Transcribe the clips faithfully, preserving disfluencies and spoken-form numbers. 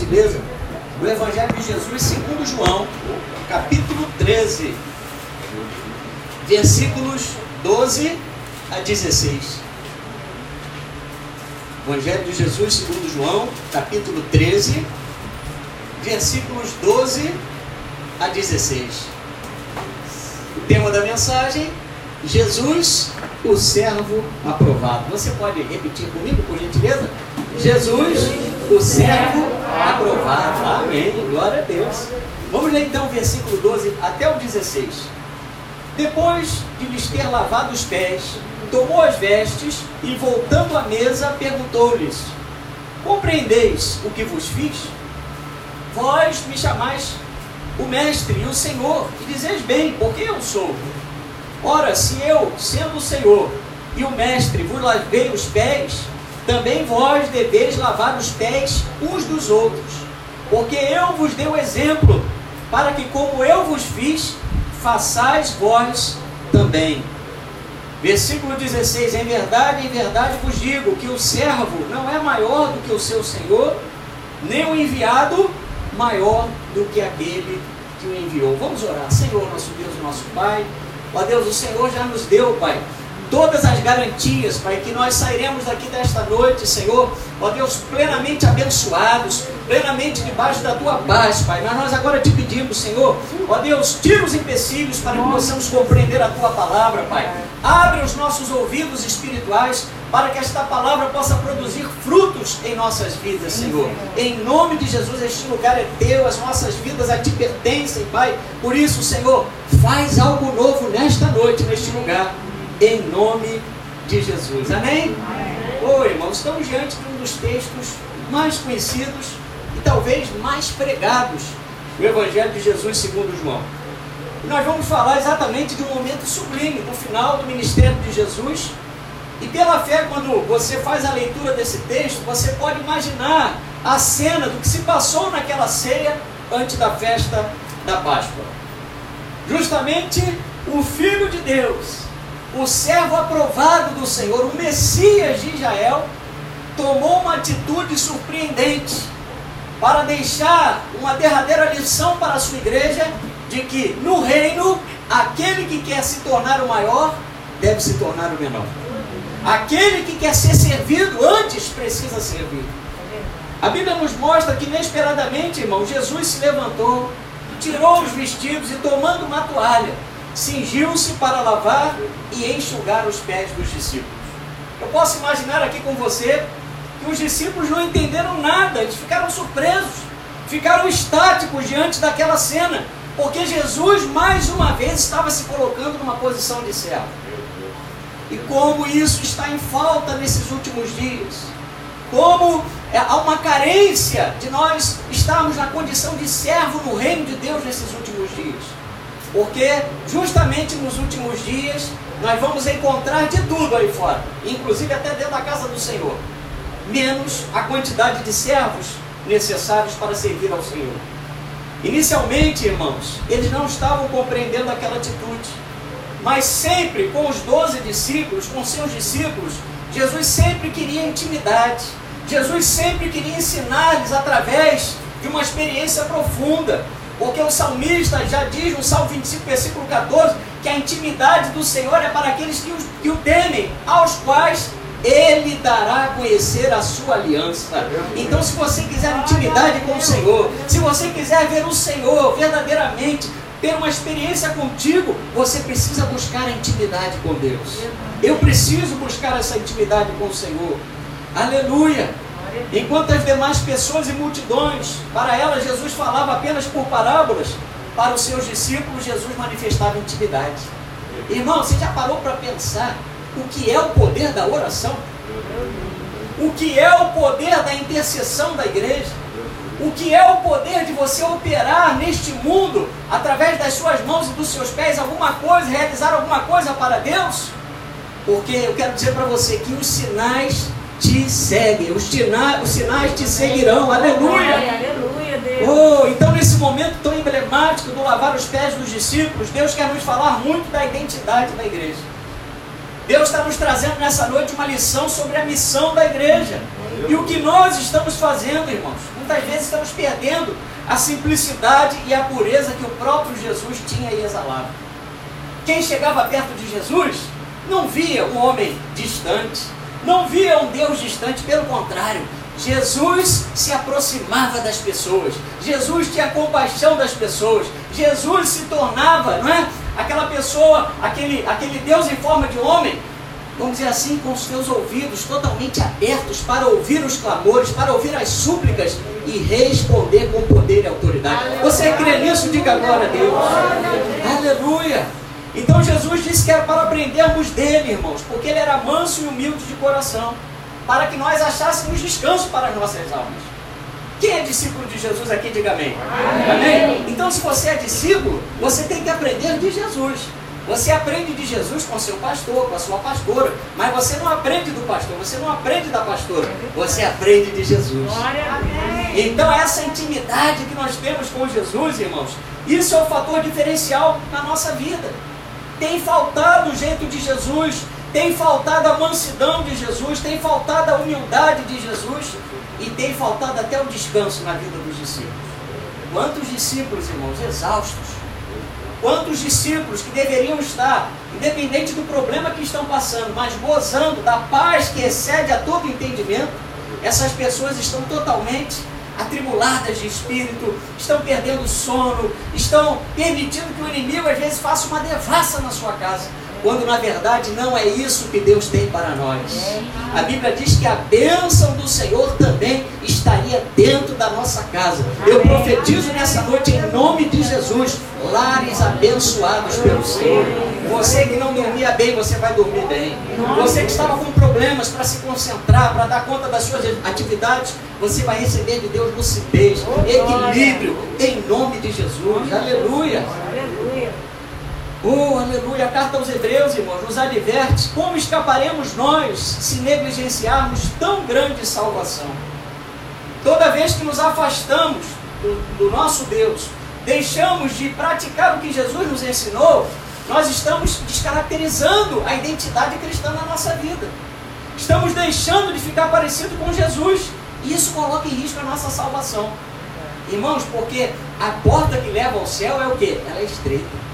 gentileza, o Evangelho de Jesus segundo João, capítulo treze, versículos doze a dezesseis. Evangelho de Jesus segundo João, capítulo treze, versículos doze a dezesseis. O tema da mensagem: Jesus, o servo aprovado. Você pode repetir comigo, por gentileza? Jesus, o servo aprovado. Amém, glória a Deus. Vamos ler então o versículo doze até o dezesseis. Depois de lhes ter lavado os pés, tomou as vestes e, voltando à mesa, perguntou-lhes: compreendeis o que vos fiz? Vós me chamais o Mestre e o Senhor, e dizeis bem, porque eu sou. Ora, se eu, sendo o Senhor e o Mestre, vos lavei os pés, também vós deveis lavar os pés uns dos outros, porque eu vos dei o exemplo, para que como eu vos fiz, façais vós também. Versículo dezesseis. Em verdade, em verdade vos digo que o servo não é maior do que o seu Senhor, nem o enviado maior do que aquele que o enviou. Vamos orar. Senhor, nosso Deus e nosso Pai, ó Deus, o Senhor já nos deu, Pai, todas as garantias, Pai, que nós sairemos daqui desta noite, Senhor, ó Deus, plenamente abençoados, plenamente debaixo da Tua paz, Pai. Mas nós agora te pedimos, Senhor, ó Deus, tira os empecilhos para que possamos compreender a Tua palavra, Pai. Abre os nossos ouvidos espirituais para que esta palavra possa produzir frutos em nossas vidas, Senhor. Em nome de Jesus, este lugar é Teu, as nossas vidas a Ti pertencem, Pai. Por isso, Senhor, faz algo novo nesta noite, neste lugar, em nome de Jesus. Amém? Ô, irmãos, estamos diante de um dos textos mais conhecidos e talvez mais pregados do Evangelho de Jesus segundo João. E nós vamos falar exatamente de um momento sublime, do final do ministério de Jesus. E pela fé, quando você faz a leitura desse texto, você pode imaginar a cena do que se passou naquela ceia antes da festa da Páscoa. Justamente o Filho de Deus, o servo aprovado do Senhor, o Messias de Israel, tomou uma atitude surpreendente para deixar uma derradeira lição para a sua igreja de que no reino, aquele que quer se tornar o maior deve se tornar o menor. Aquele que quer ser servido antes precisa servir. A Bíblia nos mostra que inesperadamente, irmão, Jesus se levantou, tirou os vestidos e, tomando uma toalha, cingiu-se para lavar e enxugar os pés dos discípulos. Eu posso imaginar aqui com você que os discípulos não entenderam nada, eles ficaram surpresos, ficaram estáticos diante daquela cena, porque Jesus mais uma vez estava se colocando numa posição de servo. E como isso está em falta nesses últimos dias, como é, há uma carência de nós estarmos na condição de servo no reino de Deus nesses últimos dias. Porque justamente nos últimos dias nós vamos encontrar de tudo aí fora, inclusive até dentro da casa do Senhor, menos a quantidade de servos necessários para servir ao Senhor. Inicialmente, irmãos, eles não estavam compreendendo aquela atitude, mas sempre com os doze discípulos, com seus discípulos, Jesus sempre queria intimidade, Jesus sempre queria ensinar-lhes através de uma experiência profunda. Porque o salmista já diz no Salmo vinte e cinco, versículo catorze, que a intimidade do Senhor é para aqueles que o, que o temem, aos quais Ele dará a conhecer a sua aliança. Então, se você quiser intimidade com o Senhor, se você quiser ver o Senhor verdadeiramente, ter uma experiência contigo, você precisa buscar a intimidade com Deus. Eu preciso buscar essa intimidade com o Senhor. Aleluia! Enquanto as demais pessoas e multidões, para elas Jesus falava apenas por parábolas, para os seus discípulos Jesus manifestava intimidade. Irmão, você já parou para pensar o que é o poder da oração? O que é o poder da intercessão da igreja? O que é o poder de você operar neste mundo, através das suas mãos e dos seus pés, alguma coisa, realizar alguma coisa para Deus? Porque eu quero dizer para você que os sinais te seguem, os, tina, os sinais te seguirão, aleluia, aleluia, Deus. Oh, então nesse momento tão emblemático do lavar os pés dos discípulos, Deus quer nos falar muito da identidade da igreja. Deus está nos trazendo nessa noite uma lição sobre a missão da igreja, e o que nós estamos fazendo, irmãos, com muitas vezes estamos perdendo a simplicidade e a pureza que o próprio Jesus tinha e exalava. Quem chegava perto de Jesus não via um homem distante, não via um Deus distante, pelo contrário, Jesus se aproximava das pessoas, Jesus tinha compaixão das pessoas, Jesus se tornava, não é? Aquela pessoa, aquele, aquele Deus em forma de homem, vamos dizer assim, com os seus ouvidos totalmente abertos para ouvir os clamores, para ouvir as súplicas e responder com poder e autoridade. Você crê nisso? Diga glória a Deus. Aleluia! Então Jesus disse que era para aprendermos dele, irmãos, porque ele era manso e humilde de coração, para que nós achássemos descanso para as nossas almas. Quem é discípulo de Jesus aqui, diga amém. Amém. Amém? Então, se você é discípulo, você tem que aprender de Jesus. Você aprende de Jesus com seu pastor, com a sua pastora, mas você não aprende do pastor, você não aprende da pastora, você aprende de Jesus. Então, essa intimidade que nós temos com Jesus, irmãos, isso é um fator diferencial na nossa vida. Tem faltado o jeito de Jesus, tem faltado a mansidão de Jesus, tem faltado a humildade de Jesus e tem faltado até o descanso na vida dos discípulos. Quantos discípulos, irmãos, exaustos, quantos discípulos que deveriam estar, independente do problema que estão passando, mas gozando da paz que excede a todo entendimento, essas pessoas estão totalmente atribuladas de espírito, estão perdendo sono, estão permitindo que o inimigo às vezes faça uma devassa na sua casa, quando na verdade não é isso que Deus tem para nós. A Bíblia diz que a bênção do Senhor também estaria dentro da nossa casa. Eu profetizo nessa noite em nome de Jesus, lares abençoados pelo Senhor. Você que não dormia bem, você vai dormir bem. Você que estava com problemas para se concentrar, para dar conta das suas atividades, você vai receber de Deus lucidez, equilíbrio, em nome de Jesus. Aleluia. Oh, aleluia. A carta aos Hebreus, irmãos, nos adverte como escaparemos nós se negligenciarmos tão grande salvação. Toda vez que nos afastamos do, do nosso Deus, deixamos de praticar o que Jesus nos ensinou, nós estamos descaracterizando a identidade cristã na nossa vida. Estamos deixando de ficar parecido com Jesus. E isso coloca em risco a nossa salvação. Irmãos, porque a porta que leva ao céu é o quê? Ela é estreita.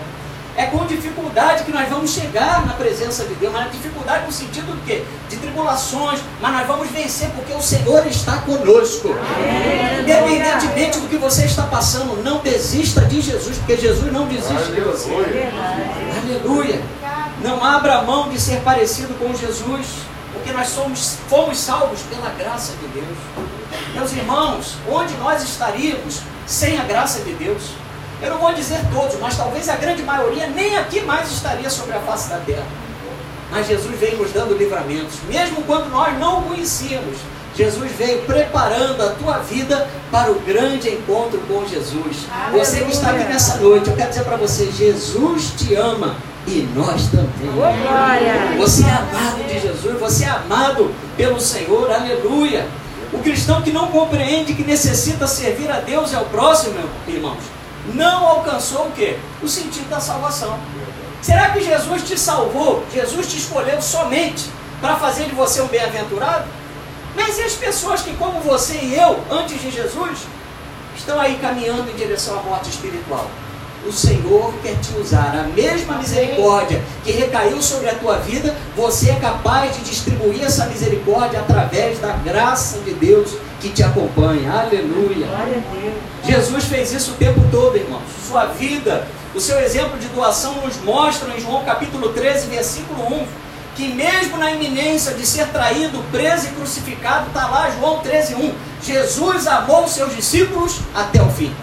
É com dificuldade que nós vamos chegar na presença de Deus, mas dificuldade no sentido de quê? De tribulações, mas nós vamos vencer porque o Senhor está conosco. Independentemente do que você está passando, não desista de Jesus, porque Jesus não desiste de você. Aleluia. Não abra mão de ser parecido com Jesus, porque nós somos, fomos salvos pela graça de Deus. Meus irmãos, onde nós estaríamos sem a graça de Deus? Eu não vou dizer todos, mas talvez a grande maioria nem aqui mais estaria sobre a face da terra. Mas Jesus veio nos dando livramentos, mesmo quando nós não o conhecíamos. Jesus veio preparando a tua vida para o grande encontro com Jesus. Aleluia. Você que está aqui nessa noite, eu quero dizer para você, Jesus te ama e nós também. Oh, você é amado de Jesus, você é amado pelo Senhor, aleluia. O cristão que não compreende que necessita servir a Deus e ao próximo, irmãos, não alcançou o quê? O sentido da salvação. Será que Jesus te salvou? Jesus te escolheu somente para fazer de você um bem-aventurado? Mas e as pessoas que, como você e eu, antes de Jesus, estão aí caminhando em direção à morte espiritual? O Senhor quer te usar. A mesma misericórdia que recaiu sobre a tua vida, você é capaz de distribuir essa misericórdia através da graça de Deus que te acompanha. Aleluia. Jesus fez isso o tempo todo, irmãos. Sua vida, o seu exemplo de doação nos mostra em João capítulo treze, versículo um, que mesmo na iminência de ser traído, preso e crucificado, está lá João treze, um, Jesus amou os seus discípulos até o fim.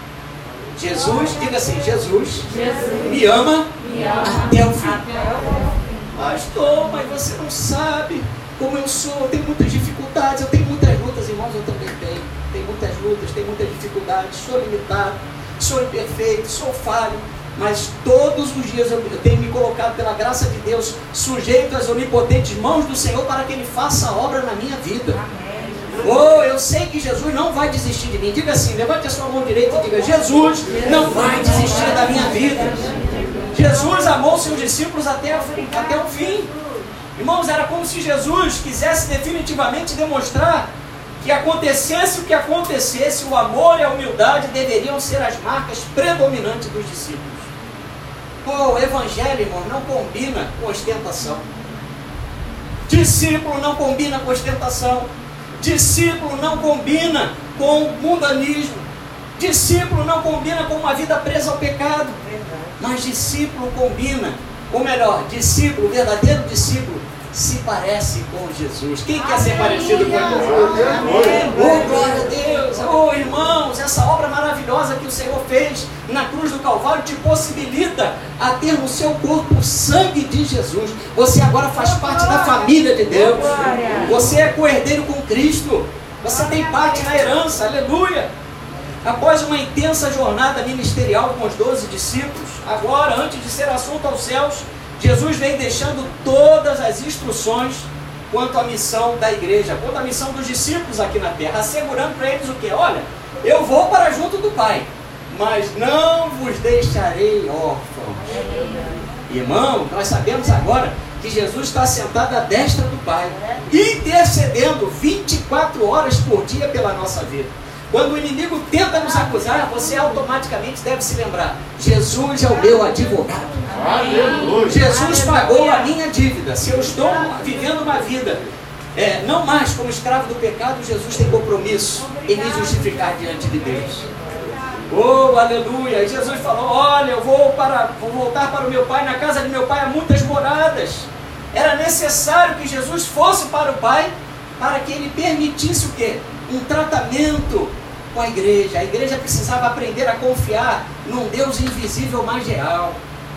Jesus, diga assim, Jesus, Jesus me, ama me ama até o fim. Pastor, mas você não sabe como eu sou, eu tenho muitas dificuldades, eu tenho muitas lutas, irmãos, eu também tenho. Tenho muitas lutas, tenho muitas dificuldades, sou limitado, sou imperfeito, sou falho, mas todos os dias eu tenho me colocado pela graça de Deus, sujeito às onipotentes mãos do Senhor para que Ele faça a obra na minha vida. Amém. Oh, eu sei que Jesus não vai desistir de mim. Diga assim, levante a sua mão direita e diga, Jesus não vai desistir da minha vida. Jesus amou seus discípulos até, até o fim. Irmãos, era como se Jesus quisesse definitivamente demonstrar que acontecesse o que acontecesse, o amor e a humildade deveriam ser as marcas predominantes dos discípulos. Pô, o evangelho, irmão, não combina com ostentação. Discípulo não combina com ostentação. Discípulo não combina com mundanismo. Discípulo não combina com uma vida presa ao pecado. Mas discípulo combina, ou melhor, discípulo, verdadeiro discípulo, se parece com Jesus. Quem quer ser parecido com Jesus? Oh, glória a Deus! Oh, irmãos, essa obra maravilhosa que o Senhor fez na cruz do Calvário te possibilita a ter no seu corpo o sangue de Jesus. Você agora faz parte da família de Deus. Você é co-herdeiro com Cristo. Você tem parte na herança. Aleluia! Após uma intensa jornada ministerial com os doze discípulos, agora, antes de ser assunto aos céus, Jesus vem deixando todas as instruções quanto à missão da igreja, quanto à missão dos discípulos aqui na terra, assegurando para eles o quê? Olha, eu vou para junto do Pai, mas não vos deixarei órfãos. Irmão, nós sabemos agora que Jesus está sentado à destra do Pai, intercedendo vinte e quatro horas por dia pela nossa vida. Quando o inimigo tenta nos acusar, você automaticamente deve se lembrar: Jesus é o meu advogado. Aleluia. Jesus pagou a minha dívida. Se eu estou vivendo uma vida é, não mais como escravo do pecado, Jesus tem compromisso em me justificar diante de Deus. Oh, aleluia! E Jesus falou: olha, eu vou, para, vou voltar para o meu Pai. Na casa de meu Pai há muitas moradas. Era necessário que Jesus fosse para o Pai, para que Ele permitisse o quê? Um tratamento com a igreja. A igreja precisava aprender a confiar num Deus invisível, mas real.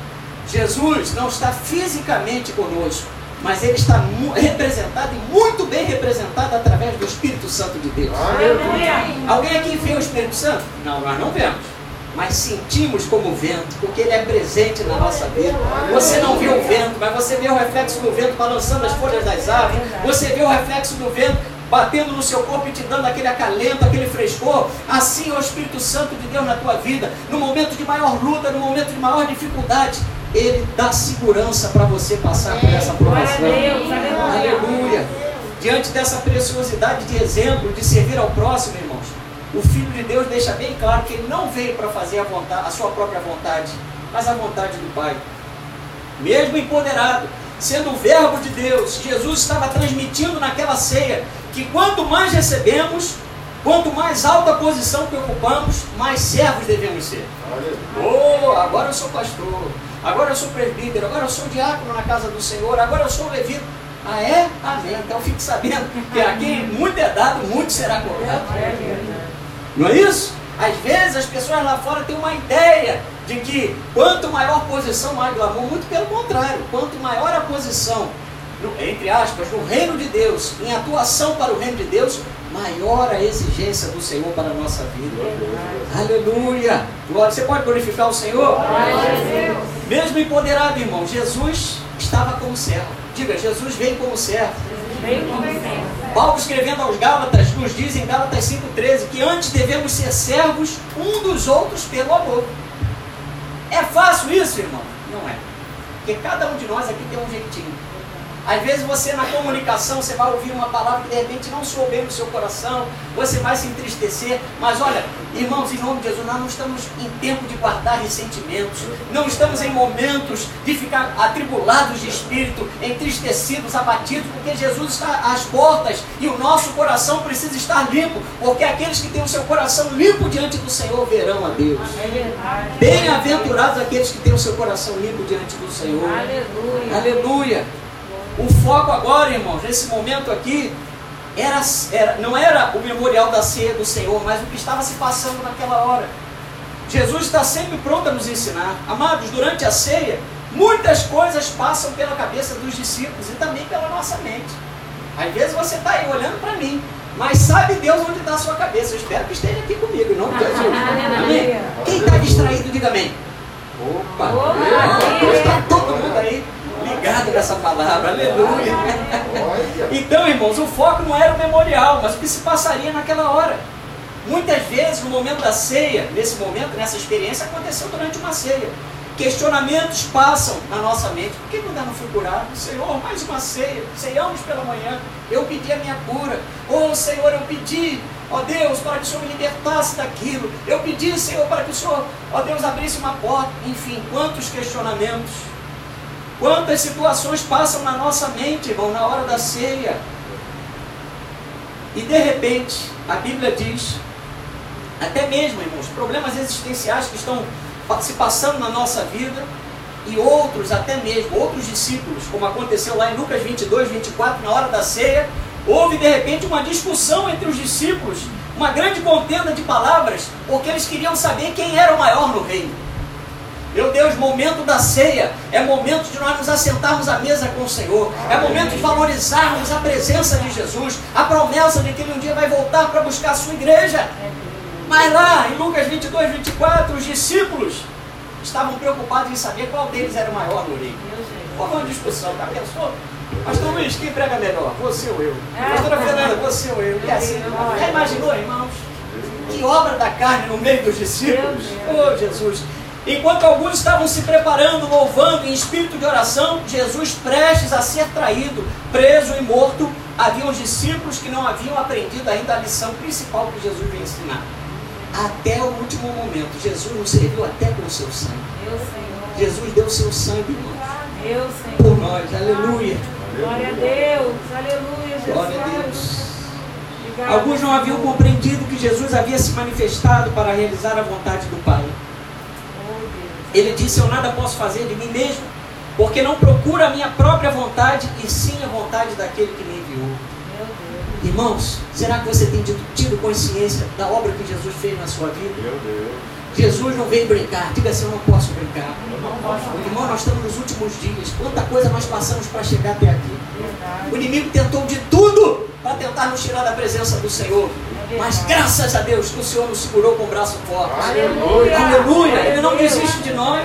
Jesus não está fisicamente conosco, mas Ele está representado e muito bem representado através do Espírito Santo de Deus. Aleluia. Alguém aqui vê o Espírito Santo? Não, nós não vemos, mas sentimos como vento, porque Ele é presente na nossa vida. Você não vê o vento, mas você vê o reflexo do vento balançando as folhas das árvores. Você vê o reflexo do vento batendo no seu corpo e te dando aquele acalento, aquele frescor. Assim é o Espírito Santo de Deus na tua vida. No momento de maior luta, no momento de maior dificuldade, Ele dá segurança para você passar por essa provação. Aleluia! Diante dessa preciosidade de exemplo, de servir ao próximo, irmãos, o Filho de Deus deixa bem claro que Ele não veio para fazer a, vontade, a sua própria vontade, mas a vontade do Pai. Mesmo empoderado, sendo o verbo de Deus, Jesus estava transmitindo naquela ceia que quanto mais recebemos, quanto mais alta posição que ocupamos, mais servos devemos ser. Oh, agora eu sou pastor, agora eu sou presbítero, agora eu sou diácono na casa do Senhor, agora eu sou levita. Ah é? Amém. Então fique sabendo que aqui muito é dado, muito será cobrado. Não é isso? Às vezes as pessoas lá fora têm uma ideia de que quanto maior posição, mais glamour. Muito pelo contrário, quanto maior a posição, no, entre aspas, no reino de Deus, em atuação para o reino de Deus, maior a exigência do Senhor para a nossa vida. Aleluia! Glória. Você pode glorificar o Senhor? Mesmo empoderado, irmão, Jesus estava como servo. Diga, Jesus veio como servo. Veio como servo. Paulo, escrevendo aos Gálatas, nos diz em Gálatas cinco, treze, que antes devemos ser servos um dos outros pelo amor. É fácil isso, irmão? Não é. Porque cada um de nós aqui tem um jeitinho. Às vezes você na comunicação, você vai ouvir uma palavra que de repente não soou bem no seu coração, você vai se entristecer, mas olha, irmãos, em nome de Jesus, nós não estamos em tempo de guardar ressentimentos, não estamos em momentos de ficar atribulados de espírito, entristecidos, abatidos, porque Jesus está às portas e o nosso coração precisa estar limpo, porque aqueles que têm o seu coração limpo diante do Senhor verão a Deus. Bem-aventurados aqueles que têm o seu coração limpo diante do Senhor. Aleluia. Aleluia. O foco agora, irmãos, nesse momento aqui, era, era, não era o memorial da ceia do Senhor, mas o que estava se passando naquela hora. Jesus está sempre pronto a nos ensinar. Amados, durante a ceia, muitas coisas passam pela cabeça dos discípulos e também pela nossa mente. Às vezes você está aí olhando para mim, mas sabe Deus onde está a sua cabeça. Eu espero que esteja aqui comigo, em nome de Jesus. Amém? Quem está distraído, diga amém. Opa! Está todo mundo aí ligado nessa palavra, aleluia. Então, irmãos, o foco não era o memorial, mas o que se passaria naquela hora. Muitas vezes, no momento da ceia, nesse momento, nessa experiência, aconteceu durante uma ceia, questionamentos passam na nossa mente. Por que eu ainda não fui curado? Senhor, mais uma ceia, ceiamos pela manhã, eu pedi a minha cura. Oh Senhor, eu pedi, ó Deus, para que o Senhor me libertasse daquilo. Eu pedi, Senhor, para que o Senhor, ó Deus, abrisse uma porta. Enfim, quantos questionamentos, quantas situações passam na nossa mente, irmão, na hora da ceia. E de repente, a Bíblia diz, até mesmo, irmãos, problemas existenciais que estão se passando na nossa vida, e outros, até mesmo, outros discípulos, como aconteceu lá em Lucas vinte e dois, vinte e quatro, na hora da ceia, houve de repente uma discussão entre os discípulos, uma grande contenda de palavras, porque eles queriam saber quem era o maior no reino. Meu Deus, momento da ceia, é momento de nós nos assentarmos à mesa com o Senhor, é momento de valorizarmos a presença de Jesus, a promessa de que Ele um dia vai voltar para buscar a sua igreja. Mas lá em Lucas vinte e dois, vinte e quatro, os discípulos estavam preocupados em saber qual deles era o maior no reino. Houve uma discussão, tá? Pensou? Pastor Luiz, quem prega melhor? Você ou eu? Pastora Fernanda, você ou eu? E assim, já imaginou, irmãos? Que obra da carne no meio dos discípulos? Oh, Jesus! Enquanto alguns estavam se preparando, louvando em espírito de oração, Jesus prestes a ser traído, preso e morto, haviam os discípulos que não haviam aprendido ainda a lição principal que Jesus veio ensinar. Até o último momento, Jesus nos serviu até com o seu sangue. Meu Senhor. Jesus deu o seu sangue, irmãos, Meu Senhor. por nós, aleluia. Glória a Deus, aleluia, Jesus. Glória a Deus. Obrigado. Alguns não haviam compreendido que Jesus havia se manifestado para realizar a vontade do Pai. Oh, Deus. Ele disse, eu nada posso fazer de mim mesmo, porque não procuro a minha própria vontade, e sim a vontade daquele que me enviou. Meu Deus. Irmãos, será que você tem tido, tido consciência da obra que Jesus fez na sua vida? Meu Deus. Jesus não veio brincar. Diga assim, eu não posso brincar. Não posso. Irmão, nós estamos nos últimos dias. Quanta coisa nós passamos para chegar até aqui. Verdade. O inimigo tentou de tudo para tentar nos tirar da presença do Senhor. É Mas verdade. graças a Deus que o Senhor nos segurou com o braço forte. Aleluia. Aleluia. Ele não Deus. desiste de nós.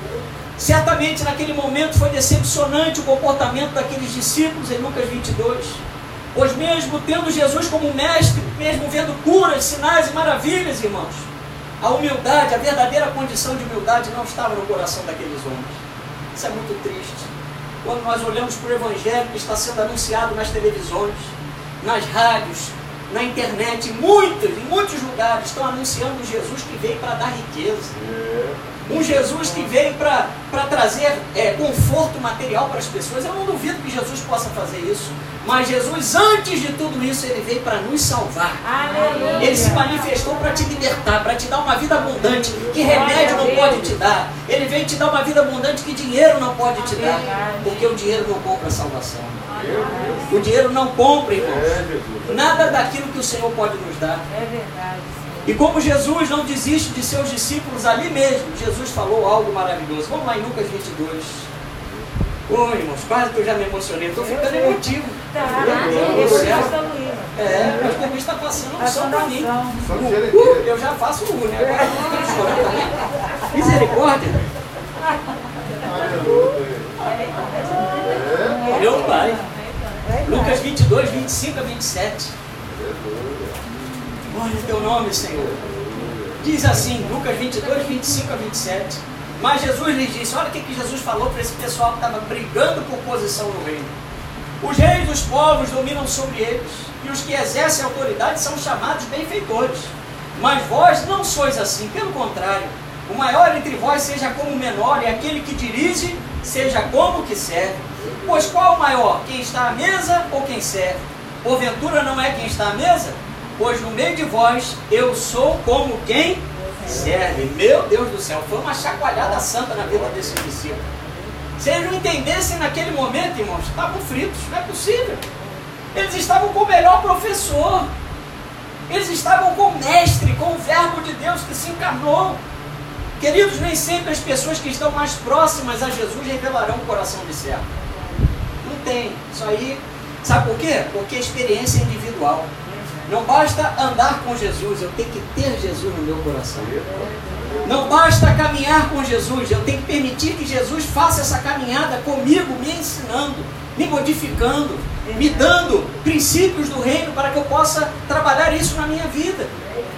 Certamente naquele momento foi decepcionante o comportamento daqueles discípulos em Lucas vinte e dois. Pois mesmo tendo Jesus como mestre, mesmo vendo curas, sinais e maravilhas, irmãos, a humildade, a verdadeira condição de humildade não estava no coração daqueles homens. Isso é muito triste. Quando nós olhamos para o Evangelho que está sendo anunciado nas televisões, nas rádios, na internet, em muitos, em muitos lugares estão anunciando um Jesus que veio para dar riqueza. Um Jesus que veio para trazer é, conforto material para as pessoas. Eu não duvido que Jesus possa fazer isso. Mas Jesus, antes de tudo isso, Ele veio para nos salvar. Aleluia. Ele se manifestou para te libertar, para te dar uma vida abundante que remédio não pode te dar. Ele veio te dar uma vida abundante que dinheiro não pode te dar. Porque o dinheiro não compra a salvação. O dinheiro não compra, irmãos, nada daquilo que o Senhor pode nos dar. É verdade, Senhor. E como Jesus não desiste de seus discípulos ali mesmo, Jesus falou algo maravilhoso. Vamos lá em Lucas vinte e dois. Ô, irmãos, quase que eu já me emocionei. Estou ficando emotivo. Tá, Meu Deus do céu. Pastor Luiz. É, mas o está passando um som para mim. Só Uh, cheira uh, aqui. eu já faço o U, né? Agora eu estou chorando também. Misericórdia. Meu Pai. Lucas vinte e dois, vinte e cinco a vinte e sete. Glória ao teu nome, Senhor. Diz assim, Lucas vinte e dois, vinte e cinco a vinte e sete. Mas Jesus lhes disse, olha o que, que Jesus falou para esse pessoal que estava brigando por posição no reino. Os reis dos povos dominam sobre eles, e os que exercem autoridade são chamados benfeitores. Mas vós não sois assim, pelo contrário. O maior entre vós seja como o menor, e aquele que dirige seja como o que serve. Pois qual o maior, quem está à mesa ou quem serve? Porventura não é quem está à mesa? Pois no meio de vós eu sou como quem serve. Meu Deus do céu, foi uma chacoalhada santa na vida desses discípulos. Se eles não entendessem naquele momento, irmãos, estavam fritos, não é possível. Eles estavam com o melhor professor. Eles estavam com o mestre, com o verbo de Deus que se encarnou. Queridos, nem sempre as pessoas que estão mais próximas a Jesus revelarão o coração de servo. Não tem. Isso aí, sabe por quê? Porque a experiência é individual. Não basta andar com Jesus, eu tenho que ter Jesus no meu coração. Não basta caminhar com Jesus, eu tenho que permitir que Jesus faça essa caminhada comigo, me ensinando, me modificando, me dando princípios do reino para que eu possa trabalhar isso na minha vida.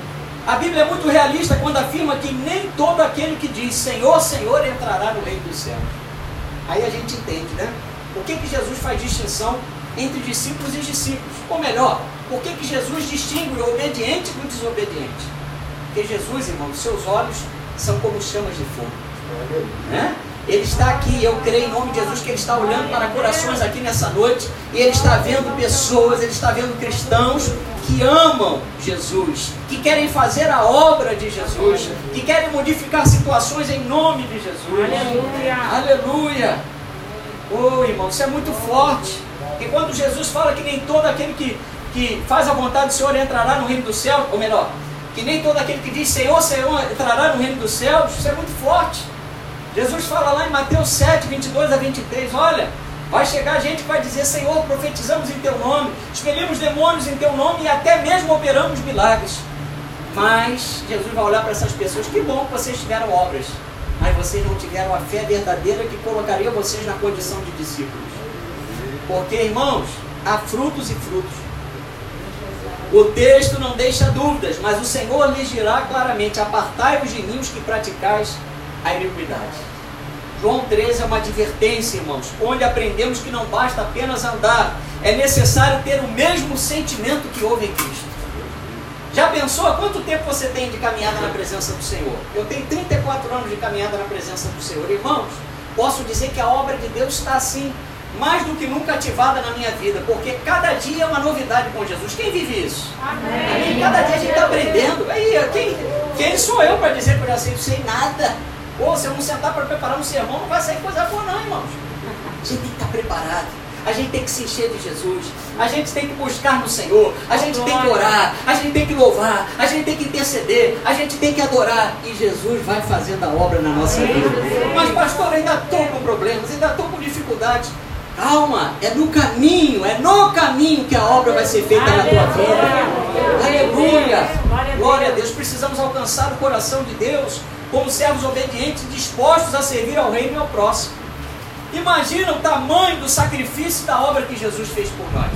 A Bíblia é muito realista quando afirma que nem todo aquele que diz Senhor, Senhor entrará no reino dos céus. Aí a gente entende, né? Por que que Jesus faz distinção entre discípulos e discípulos? Ou melhor, por que que Jesus distingue o obediente do desobediente? Porque Jesus, irmão, seus olhos são como chamas de fogo. Né? Ele está aqui, eu creio em nome de Jesus que Ele está olhando para corações aqui nessa noite e Ele está vendo pessoas, Ele está vendo cristãos que amam Jesus, que querem fazer a obra de Jesus, que querem modificar situações em nome de Jesus. Aleluia. Aleluia. Oh, irmão, isso é muito forte. E quando Jesus fala que nem todo aquele que, que faz a vontade do Senhor entrará no reino do céu, ou melhor, que nem todo aquele que diz Senhor, Senhor entrará no reino dos céus, isso é muito forte. Jesus fala lá em Mateus sete, vinte e dois a vinte e três, olha, vai chegar gente que vai dizer, Senhor, profetizamos em Teu nome, expelimos demônios em Teu nome e até mesmo operamos milagres. Mas Jesus vai olhar para essas pessoas, que bom que vocês tiveram obras, mas vocês não tiveram a fé verdadeira que colocaria vocês na condição de discípulos. Porque, irmãos, há frutos e frutos. O texto não deixa dúvidas, mas o Senhor lhes dirá claramente, apartai-vos de mim os que praticais a iniquidade. João treze é uma advertência, irmãos, onde aprendemos que não basta apenas andar, é necessário ter o mesmo sentimento que houve em Cristo. Já pensou há quanto tempo você tem de caminhada na presença do Senhor? Eu tenho trinta e quatro anos de caminhada na presença do Senhor. Irmãos, posso dizer que a obra de Deus está assim, mais do que nunca ativada na minha vida, porque cada dia é uma novidade com Jesus. Quem vive isso? Amém. Amém? Cada dia a gente está aprendendo. Aí, quem, quem sou eu para dizer que eu já sei, não sei nada? Ou se eu não sentar para preparar um sermão, não vai sair coisa boa não, irmãos. A gente tem que estar preparado. A gente tem que se encher de Jesus. A gente tem que buscar no Senhor. A gente tem que orar. A gente tem que louvar. A gente tem que interceder. A gente tem que adorar. E Jesus vai fazendo a obra na nossa vida. Mas pastor, eu ainda estou com problemas, ainda estou com dificuldades. Calma, é no caminho, é no caminho que a obra vai ser feita na tua vida. Aleluia. Glória a Deus. Precisamos alcançar o coração de Deus como servos obedientes, dispostos a servir ao reino e ao próximo. Imagina o tamanho do sacrifício da obra que Jesus fez por nós.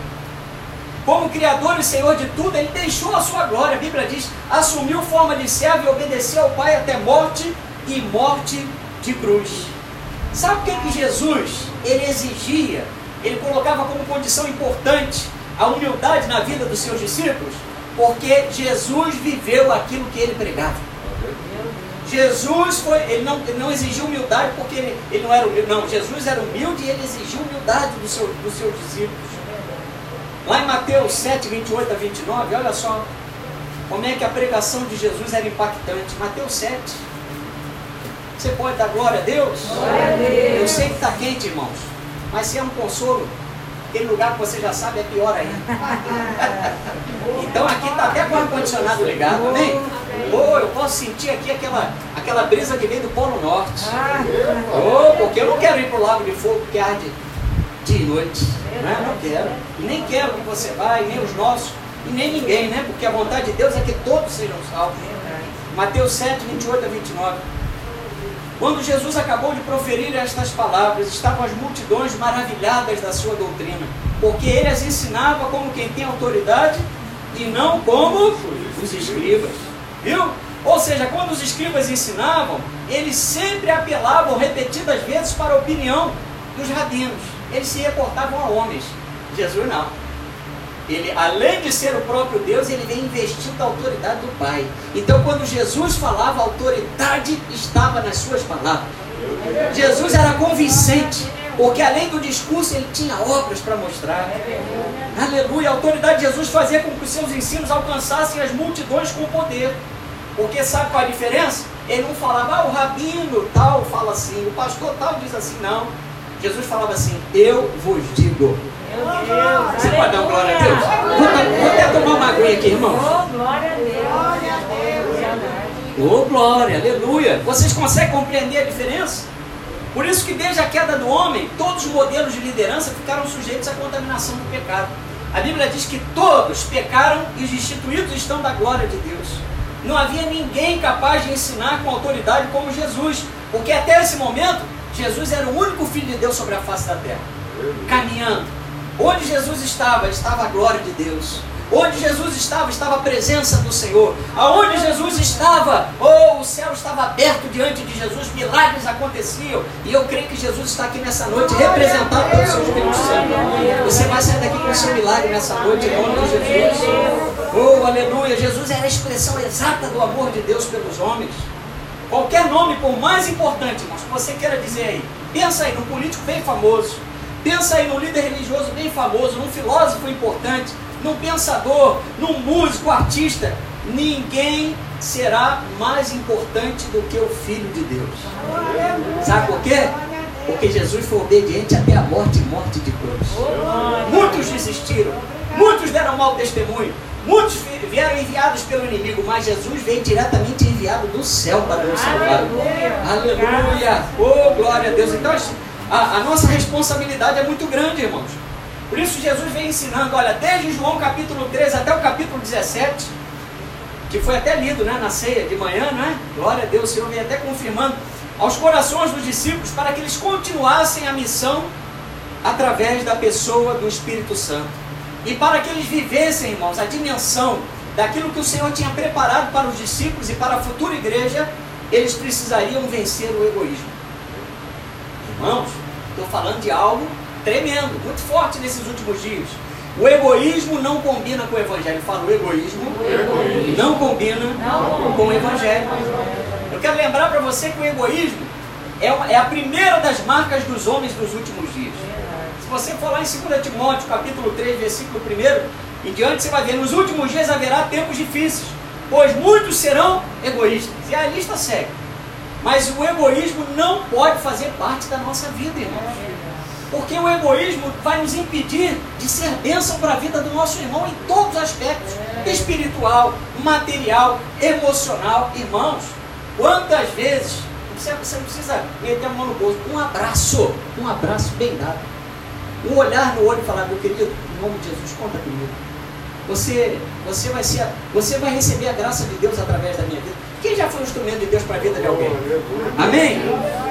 Como Criador e Senhor de tudo, Ele deixou a sua glória. A Bíblia diz, assumiu forma de servo e obedeceu ao Pai até morte e morte de cruz. Sabe o que que Jesus, Ele exigia? Ele colocava como condição importante a humildade na vida dos seus discípulos, porque Jesus viveu aquilo que Ele pregava. Jesus foi, ele não, ele não exigiu humildade porque ele, ele não era humilde, não, Jesus era humilde e ele exigiu humildade dos seu, dos seus discípulos. Lá em Mateus sete, vinte e oito a vinte e nove, olha só como é que a pregação de Jesus era impactante. Mateus sete. Você pode dar glória a Deus? Glória a Deus. Eu sei que está quente, irmãos, mas se é um consolo, aquele lugar que você já sabe é pior ainda. Então aqui está até com o ar-condicionado ligado, amém? Oh, eu posso sentir aqui aquela, aquela brisa que vem do Polo Norte. Oh, porque eu não quero ir para o Lago de Fogo que arde dia e noite. Né? Não quero. E nem quero que você vá, e nem os nossos, e nem ninguém, né? Porque a vontade de Deus é que todos sejam salvos. Mateus sete, vinte e oito a vinte e nove. Quando Jesus acabou de proferir estas palavras, estavam as multidões maravilhadas da sua doutrina, porque ele as ensinava como quem tem autoridade e não como os escribas. Viu? Ou seja, quando os escribas ensinavam, eles sempre apelavam repetidas vezes para a opinião dos rabinos. Eles se reportavam a homens. Jesus não. Ele, além de ser o próprio Deus, ele vem investindo a autoridade do Pai. Então, quando Jesus falava, a autoridade estava nas suas palavras. Jesus era convincente, porque além do discurso, ele tinha obras para mostrar. Aleluia! A autoridade de Jesus fazia com que os seus ensinos alcançassem as multidões com poder. Porque sabe qual é a diferença? Ele não falava, ah, o rabino tal fala assim, o pastor tal diz assim, não. Jesus falava assim, eu vos digo. Meu Deus, você pode dar glória a Deus? Vou, vou até tomar uma aguinha aqui, irmãos. Oh, glória a Deus. Glória a Deus. Oh, glória, aleluia. Vocês conseguem compreender a diferença? Por isso que desde a queda do homem, todos os modelos de liderança ficaram sujeitos à contaminação do pecado. A Bíblia diz que todos pecaram e os destituídos estão da glória de Deus. Não havia ninguém capaz de ensinar com autoridade como Jesus, porque até esse momento, Jesus era o único Filho de Deus sobre a face da terra, caminhando. Onde Jesus estava, estava a glória de Deus. Onde Jesus estava, estava a presença do Senhor. Aonde Jesus estava, oh, o céu estava aberto diante de Jesus, milagres aconteciam. E eu creio que Jesus está aqui nessa noite, representado pelo seu Espírito Santo. Você vai sair daqui com o seu milagre nessa noite, em nome de Jesus. Oh, aleluia. Jesus era a expressão exata do amor de Deus pelos homens. Qualquer nome, por mais importante, irmãos, que você queira dizer aí. Pensa aí num político bem famoso. Pensa aí num líder religioso bem famoso, num filósofo importante, num pensador, num músico, artista. Ninguém será mais importante do que o Filho de Deus. Sabe por quê? Porque Jesus foi obediente até a morte e morte de cruz. Muitos desistiram, muitos deram mau testemunho, muitos vieram enviados pelo inimigo, mas Jesus veio diretamente enviado do céu para nos salvar. Aleluia! Oh, glória a Deus! Então a, a nossa responsabilidade é muito grande, irmãos. Por isso Jesus vem ensinando, olha, desde João capítulo treze até o capítulo dezessete, que foi até lido, né, na ceia de manhã, né? Glória a Deus, o Senhor vem até confirmando aos corações dos discípulos para que eles continuassem a missão através da pessoa do Espírito Santo. E para que eles vivessem, irmãos, a dimensão daquilo que o Senhor tinha preparado para os discípulos e para a futura igreja, eles precisariam vencer o egoísmo. Irmãos, estou falando de algo tremendo, muito forte nesses últimos dias. O egoísmo não combina com o Evangelho. Eu falo, o egoísmo, o egoísmo não combina não. com o Evangelho. Eu quero lembrar para você que o egoísmo é, uma, é a primeira das marcas dos homens dos últimos dias. Se você for lá em segunda Timóteo, capítulo três, versículo um, em diante, você vai ver, nos últimos dias haverá tempos difíceis, pois muitos serão egoístas. E a lista segue. Mas o egoísmo não pode fazer parte da nossa vida, irmãos. Porque o egoísmo vai nos impedir de ser bênção para a vida do nosso irmão em todos os aspectos. Espiritual, material, emocional. Irmãos, quantas vezes, você, você não precisa meter a mão no bolso, um abraço, um abraço bem dado. Um olhar no olho e falar, meu querido, em nome de Jesus, conta comigo. Você, você, vai ser, você vai receber a graça de Deus através da minha vida. Quem já foi um instrumento de Deus para a vida de alguém? Amém?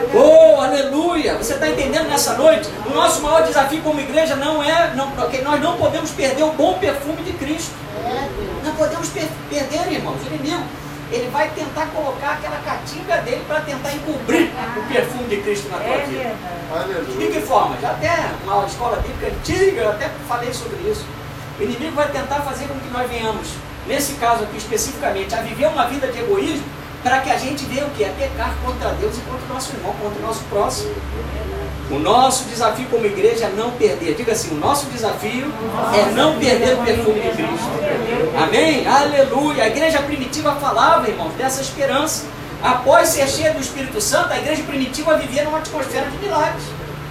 Oh, aleluia! Você está entendendo nessa noite? O nosso maior desafio como igreja não é, não, porque nós não podemos perder o bom perfume de Cristo. Não podemos per perder, irmãos. O inimigo, ele vai tentar colocar aquela catinga dele para tentar encobrir o perfume de Cristo na tua vida. De que forma? Já até uma aula de escola bíblica antiga, eu até falei sobre isso. O inimigo vai tentar fazer com que nós venhamos, nesse caso aqui especificamente, a viver uma vida de egoísmo, para que a gente venha o que? A pecar contra Deus e contra o nosso irmão, contra o nosso próximo. O nosso desafio como igreja é não perder. Diga assim, o nosso desafio é não perder o perfume de Cristo. Amém? Aleluia! A igreja primitiva falava, irmãos, dessa esperança. Após ser cheia do Espírito Santo, a igreja primitiva vivia numa atmosfera de milagres.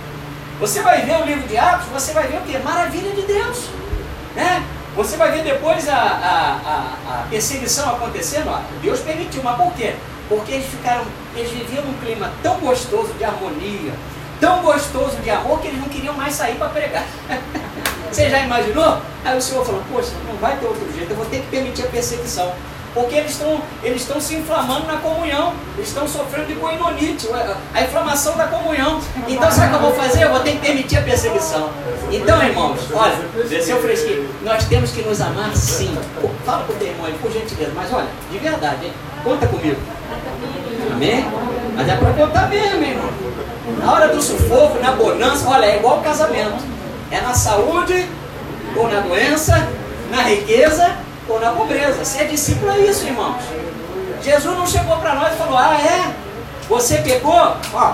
Você vai ver o livro de Atos, você vai ver o que? Maravilha de Deus. Né? Você vai ver depois a, a, a, a perseguição acontecendo. Ó, Deus permitiu, mas por quê? Porque eles ficaram, eles viviam num clima tão gostoso de harmonia, tão gostoso de amor, que eles não queriam mais sair para pregar. Você já imaginou? Aí o Senhor falou, poxa, não vai ter outro jeito, eu vou ter que permitir a perseguição. Porque eles estão eles estão se inflamando na comunhão, eles estão sofrendo de coinonite, a inflamação da comunhão. Então sabe o que eu vou fazer? Eu vou ter que permitir a perseguição. Então, irmãos, olha, desceu fresquinho, nós temos que nos amar sim. Fala com o teu irmão aí, por gentileza, mas olha, de verdade, hein? Conta comigo. Amém? Mas é para contar mesmo, irmão. Na hora do sufoco, na bonança, olha, é igual o casamento. É na saúde, ou na doença, na riqueza, ou na pobreza. Ser discípulo é isso, irmãos. Jesus não chegou para nós e falou, ah é? Você pecou? Ó.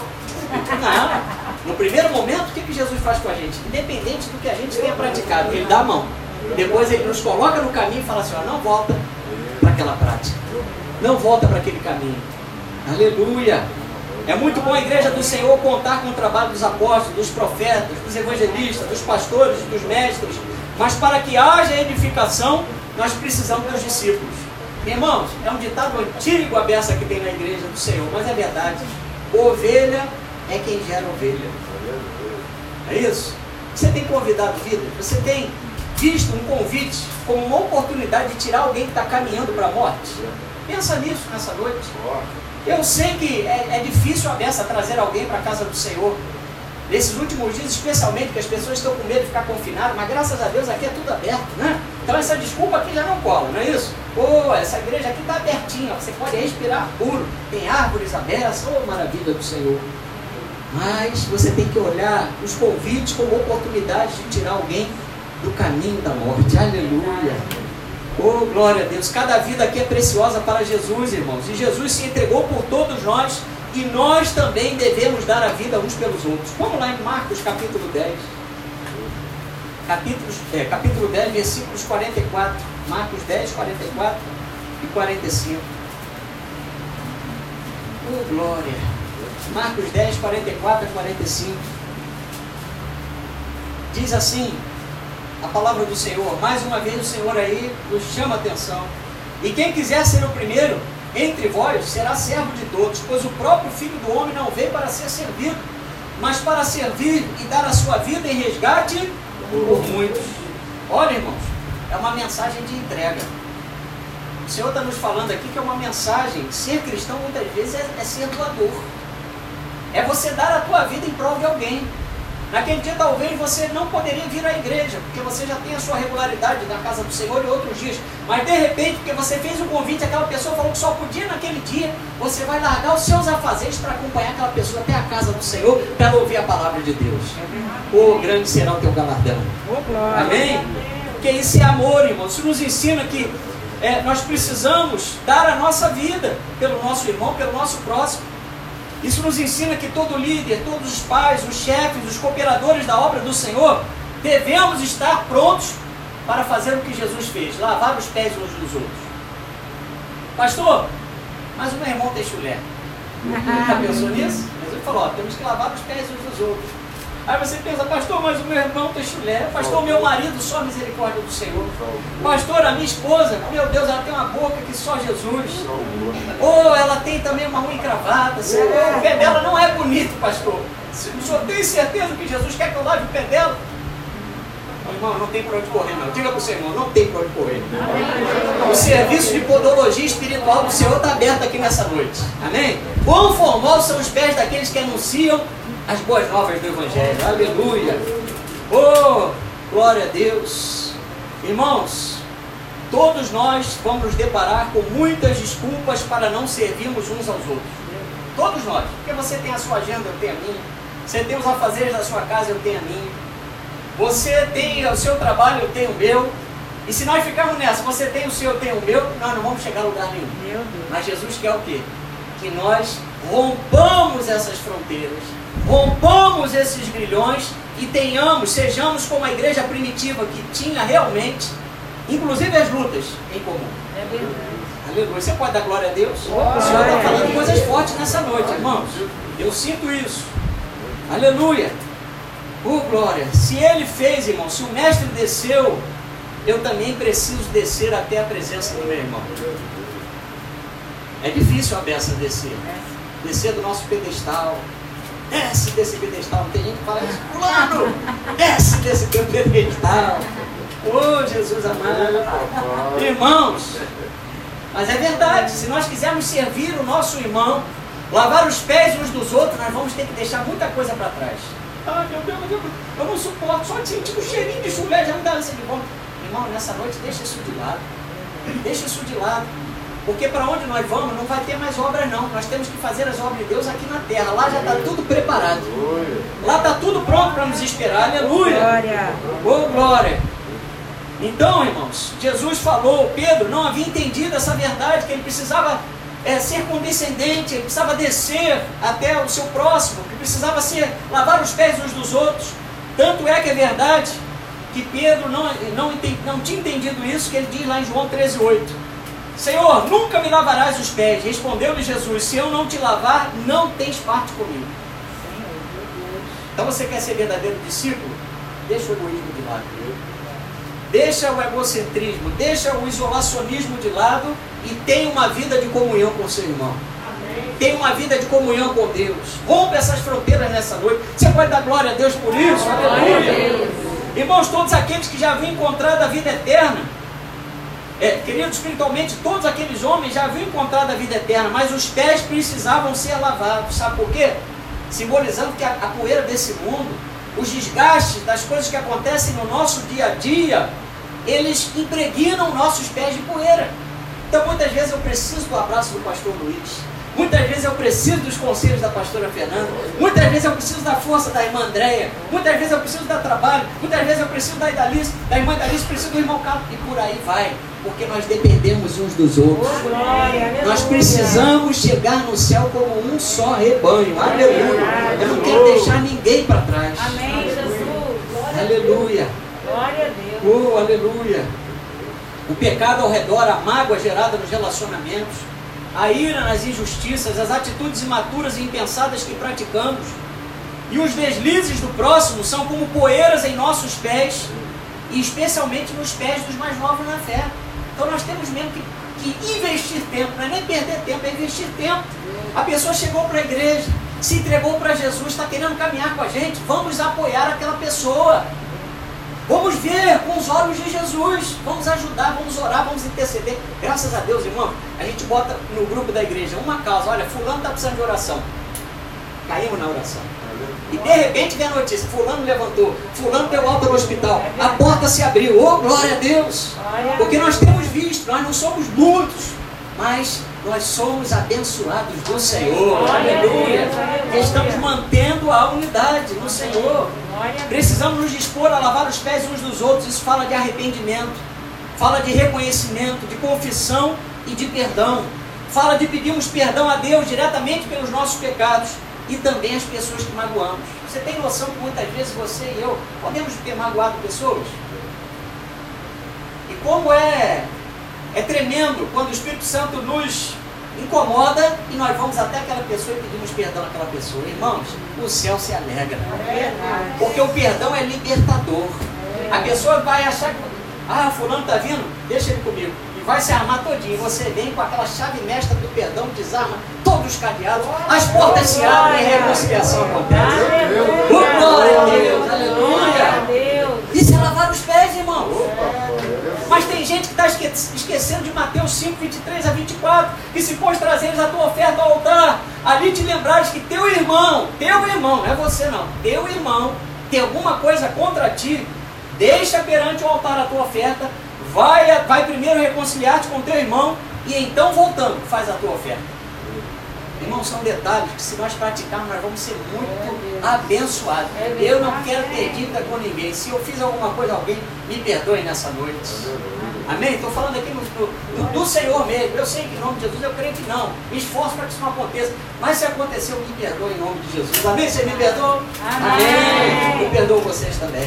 Não. No primeiro momento, o que, que Jesus faz com a gente? Independente do que a gente tenha praticado, Ele dá a mão. Depois Ele nos coloca no caminho e fala assim, ó, não volta para aquela prática. Não volta para aquele caminho. Aleluia. É muito bom a igreja do Senhor contar com o trabalho dos apóstolos, dos profetas, dos evangelistas, dos pastores, dos mestres. Mas para que haja edificação, nós precisamos dos discípulos. Irmãos, é um ditado antigo a beça que tem na igreja do Senhor, mas é verdade. Ovelha é quem gera ovelha. É isso? Você tem convidado vida? Você tem visto um convite como uma oportunidade de tirar alguém que está caminhando para a morte? Pensa nisso nessa noite. Eu sei que é, é difícil a beça trazer alguém para a casa do Senhor. Nesses últimos dias, especialmente, que as pessoas estão com medo de ficar confinadas, mas graças a Deus aqui é tudo aberto, né? Então essa desculpa aqui já não cola, não é isso? Pô, essa igreja aqui está abertinha, você pode respirar puro, tem árvores abertas, oh, maravilha do Senhor. Mas você tem que olhar os convites como oportunidade de tirar alguém do caminho da morte. Aleluia. Oh, glória a Deus. Cada vida aqui é preciosa para Jesus, irmãos. E Jesus se entregou por todos nós. E nós também devemos dar a vida uns pelos outros. Vamos lá em Marcos capítulo dez. Capítulo, é, capítulo dez, versículos quarenta e quatro. Marcos dez, quarenta e quatro e quarenta e cinco. Oh, glória. Marcos dez, quarenta e quatro a quarenta e cinco. Diz assim a palavra do Senhor. Mais uma vez o Senhor aí nos chama a atenção. E quem quiser ser o primeiro entre vós será servo de todos, pois o próprio Filho do Homem não veio para ser servido, mas para servir e dar a sua vida em resgate por muitos. Olha, irmãos, é uma mensagem de entrega. O Senhor está nos falando aqui que é uma mensagem. Ser cristão muitas vezes é, é ser doador. É você dar a tua vida em prol de alguém. Naquele dia talvez você não poderia vir à igreja, porque você já tem a sua regularidade na casa do Senhor e outros dias. Mas de repente, porque você fez um convite, aquela pessoa falou que só podia naquele dia, você vai largar os seus afazeres para acompanhar aquela pessoa até a casa do Senhor, para ela ouvir a palavra de Deus. Oh, grande será o teu galardão. Amém? Porque isso é amor, irmão. Isso nos ensina que é, nós precisamos dar a nossa vida pelo nosso irmão, pelo nosso próximo. Isso nos ensina que todo líder, todos os pais, os chefes, os cooperadores da obra do Senhor, devemos estar prontos para fazer o que Jesus fez, lavar os pés uns dos outros. Pastor, mas o meu irmão tem chulé. Já pensou nisso? Jesus falou, ó, temos que lavar os pés uns dos outros. Aí você pensa, pastor, mas o meu irmão tem chulé. Pastor, meu marido, só a misericórdia do Senhor. Pastor, a minha esposa, meu Deus, ela tem uma boca que só Jesus. Ou ela tem também uma unha encravada. Senhor, o pé dela não é bonito, pastor. O senhor tem certeza que Jesus quer que eu lave o pé dela? Não, irmão, não tem para onde correr, não. Diga para o seu irmão, não tem para onde correr. O serviço de podologia espiritual do Senhor está aberto aqui nessa noite. Amém? Quão formosos são os pés daqueles que anunciam as boas novas do Evangelho. Aleluia. Oh, glória a Deus. Irmãos, todos nós vamos nos deparar com muitas desculpas para não servirmos uns aos outros. Todos nós. Porque você tem a sua agenda, eu tenho a minha. Você tem os afazeres da sua casa, eu tenho a minha. Você tem o seu trabalho, eu tenho o meu. E se nós ficarmos nessa, você tem o seu, eu tenho o meu, nós não vamos chegar a lugar nenhum. Meu Deus. Mas Jesus quer o quê? Que nós rompamos essas fronteiras, rompamos esses grilhões e tenhamos, sejamos como a igreja primitiva que tinha realmente, inclusive as lutas em comum. É verdade. Aleluia. Você pode dar glória a Deus? Oh, o Senhor está falando coisas fortes nessa noite, irmãos. Eu sinto isso. Aleluia. Oh, glória. Se ele fez, irmão, se o mestre desceu, eu também preciso descer até a presença do meu irmão. É difícil a beça descer. Descer do nosso pedestal. Desce desse pedestal. Tem gente que fala isso. Fulano, desce desse teu pedestal. Oh, Jesus amado. Irmãos, mas é verdade. Se nós quisermos servir o nosso irmão, lavar os pés uns dos outros, nós vamos ter que deixar muita coisa para trás. Ah, meu Deus, eu, eu não suporto. Só de sentir um cheirinho de chulé já me dá ânsia de vômito. Irmão, nessa noite deixa isso de lado. Deixa isso de lado. Porque para onde nós vamos não vai ter mais obras não. Nós temos que fazer as obras de Deus aqui na terra. Lá já está tudo preparado. Lá está tudo pronto para nos esperar. Aleluia. Glória. Oh, glória. Então, irmãos, Jesus falou, Pedro não havia entendido essa verdade, que ele precisava é, ser condescendente, ele precisava descer até o seu próximo, que precisava ser, lavar os pés uns dos outros. Tanto é que é verdade que Pedro não, não, não tinha entendido isso, que ele diz lá em João treze, oito. Senhor, nunca me lavarás os pés. Respondeu-lhe Jesus, se eu não te lavar, não tens parte comigo. Então você quer ser verdadeiro discípulo? Deixa o egoísmo de lado. Deixa o egocentrismo, deixa o isolacionismo de lado e tenha uma vida de comunhão com o seu irmão. Tenha uma vida de comunhão com Deus. Rompa essas fronteiras nessa noite. Você pode dar glória a Deus por isso? Aleluia. Irmãos, todos aqueles que já haviam encontrado a vida eterna, É, queridos, espiritualmente, todos aqueles homens já haviam encontrado a vida eterna, mas os pés precisavam ser lavados. Sabe por quê? Simbolizando que a, a poeira desse mundo, os desgastes das coisas que acontecem no nosso dia a dia, eles impregnam nossos pés de poeira. Então muitas vezes eu preciso do abraço do pastor Luiz, muitas vezes eu preciso dos conselhos da pastora Fernanda, muitas vezes eu preciso da força da irmã Andréia, muitas vezes eu preciso dar trabalho, muitas vezes eu preciso da Idalice, da irmã Idalice, preciso do irmão Carlos, e por aí vai, porque nós dependemos uns dos outros. Oh, glória, nós precisamos chegar no céu como um só rebanho. Aleluia. Eu não quero deixar ninguém para trás. Amém, Jesus. Glória Aleluia. Glória a Deus. Oh, aleluia. O pecado ao redor, a mágoa gerada nos relacionamentos, a ira nas injustiças, as atitudes imaturas e impensadas que praticamos, e os deslizes do próximo são como poeiras em nossos pés, e especialmente nos pés dos mais novos na fé. Então nós temos mesmo que, que investir tempo, não é nem perder tempo, é investir tempo. A pessoa chegou para a igreja, se entregou para Jesus, está querendo caminhar com a gente, vamos apoiar aquela pessoa. Vamos ver com os olhos de Jesus, vamos ajudar, vamos orar, vamos interceder. Graças a Deus, irmão, a gente bota no grupo da igreja uma causa, olha, fulano está precisando de oração. Caímos na oração. E de repente vem a notícia, fulano levantou, fulano deu alta no hospital, a porta se abriu, oh glória a Deus, porque nós temos visto, nós não somos muitos, mas nós somos abençoados do Senhor, aleluia, estamos mantendo a unidade no Senhor, precisamos nos dispor a lavar os pés uns dos outros. Isso fala de arrependimento, fala de reconhecimento, de confissão e de perdão, fala de pedirmos perdão a Deus diretamente pelos nossos pecados, e também as pessoas que magoamos. Você tem noção que muitas vezes você e eu podemos ter magoado pessoas? E como é, é tremendo quando o Espírito Santo nos incomoda e nós vamos até aquela pessoa e pedimos perdão àquela pessoa. Irmãos, o céu se alegra. Porque o perdão é libertador. A pessoa vai achar que, ah, fulano está vindo, deixa ele comigo. Vai se armar todinho, você vem com aquela chave mestra do perdão, desarma todos os cadeados, as portas se abrem e a reconciliação acontece. Oh, glória a Deus, aleluia! Isso é lavar os pés, irmãos. Mas tem gente que está esquecendo de Mateus cinco, vinte e três a vinte e quatro, que se pôs trazeres a tua oferta ao altar, ali te lembrares que teu irmão, teu irmão, não é você não, teu irmão tem alguma coisa contra ti, deixa perante o altar a tua oferta, Vai, vai primeiro reconciliar-te com teu irmão e então voltando, faz a tua oferta. Irmãos, são detalhes que se nós praticarmos nós vamos ser muito abençoados. Eu não quero ter dívida com ninguém. Se eu fiz alguma coisa a alguém, me perdoe nessa noite. Amém? Estou falando aqui no, do, do Senhor mesmo. Eu sei que em nome de Jesus, eu creio que não. Me esforço para que isso não aconteça. Mas se aconteceu, me perdoe em nome de Jesus. Amém? Você me perdoa? Amém. Amém. Eu perdoo vocês também.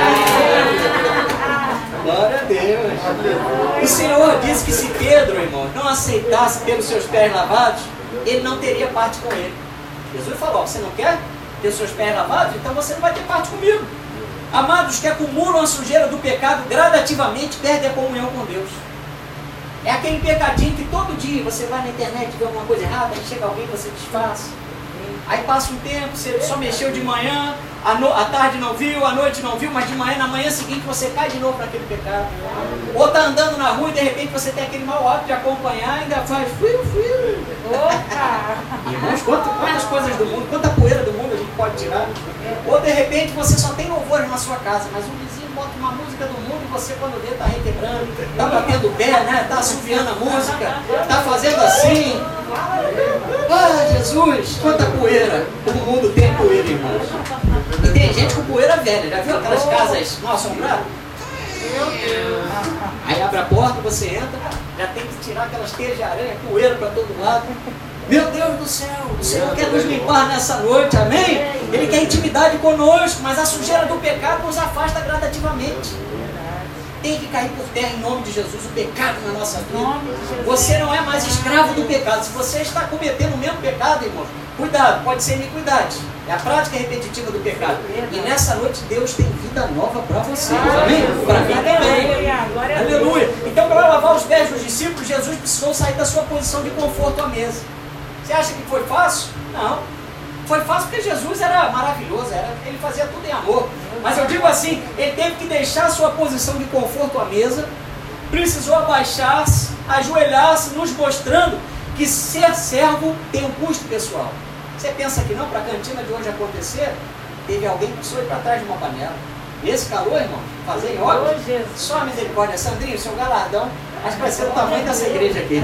Amém. Glória a Deus. O Senhor disse que se Pedro, irmão, não aceitasse ter os seus pés lavados, ele não teria parte com ele. Jesus falou, você não quer ter os seus pés lavados? Então você não vai ter parte comigo. Amados que acumulam a sujeira do pecado gradativamente perdem a comunhão com Deus. É aquele pecadinho que todo dia você vai na internet ver alguma coisa errada, aí chega alguém e você desfaz. Aí passa um tempo, você só mexeu de manhã, a, no, a tarde não viu, a noite não viu, mas de manhã, na manhã seguinte você cai de novo naquele pecado. Ou está andando na rua e de repente você tem aquele mau hábito de acompanhar e ainda faz fui, fui. Opa! Irmãos, quantas, quantas coisas do mundo, quanta poeira do mundo a gente pode tirar. Ou de repente você só tem louvores na sua casa, mas o vizinho bota uma música do mundo e você quando vê está requebrando, está batendo o pé, né? Está assoviando a música, está fazendo assim. Ah, Jesus, quanta poeira. O mundo tem poeira, irmãos. E tem gente com poeira velha. Já viu aquelas casas mal assombradas? Aí abre a porta, você entra, já tem que tirar aquelas teias de aranha, poeira para todo lado. Meu Deus do céu, o Senhor quer nos limpar nessa noite, amém? Ele quer intimidade conosco, mas a sujeira do pecado nos afasta gradativamente. Tem que cair por terra em nome de Jesus o pecado na nossa vida. Você não é mais escravo do pecado. Se você está cometendo o mesmo pecado, irmão, cuidado, pode ser iniquidade. É a prática repetitiva do pecado. E nessa noite Deus tem vida nova para você. Amém? Para mim também. Aleluia. Então, para lavar os pés dos discípulos, Jesus precisou sair da sua posição de conforto à mesa. Você acha que foi fácil? Não. Foi fácil porque Jesus era maravilhoso, era, ele fazia tudo em amor. Mas eu digo assim, ele teve que deixar a sua posição de conforto à mesa, precisou abaixar-se, ajoelhar-se, nos mostrando que ser servo tem um custo pessoal. Você pensa que não, para a cantina de hoje acontecer, teve alguém que precisou ir para trás de uma panela. Esse calor, irmão, fazer yoga, só a misericórdia. Sandrinho, seu galardão, acho que vai ser o tamanho dessa igreja aqui.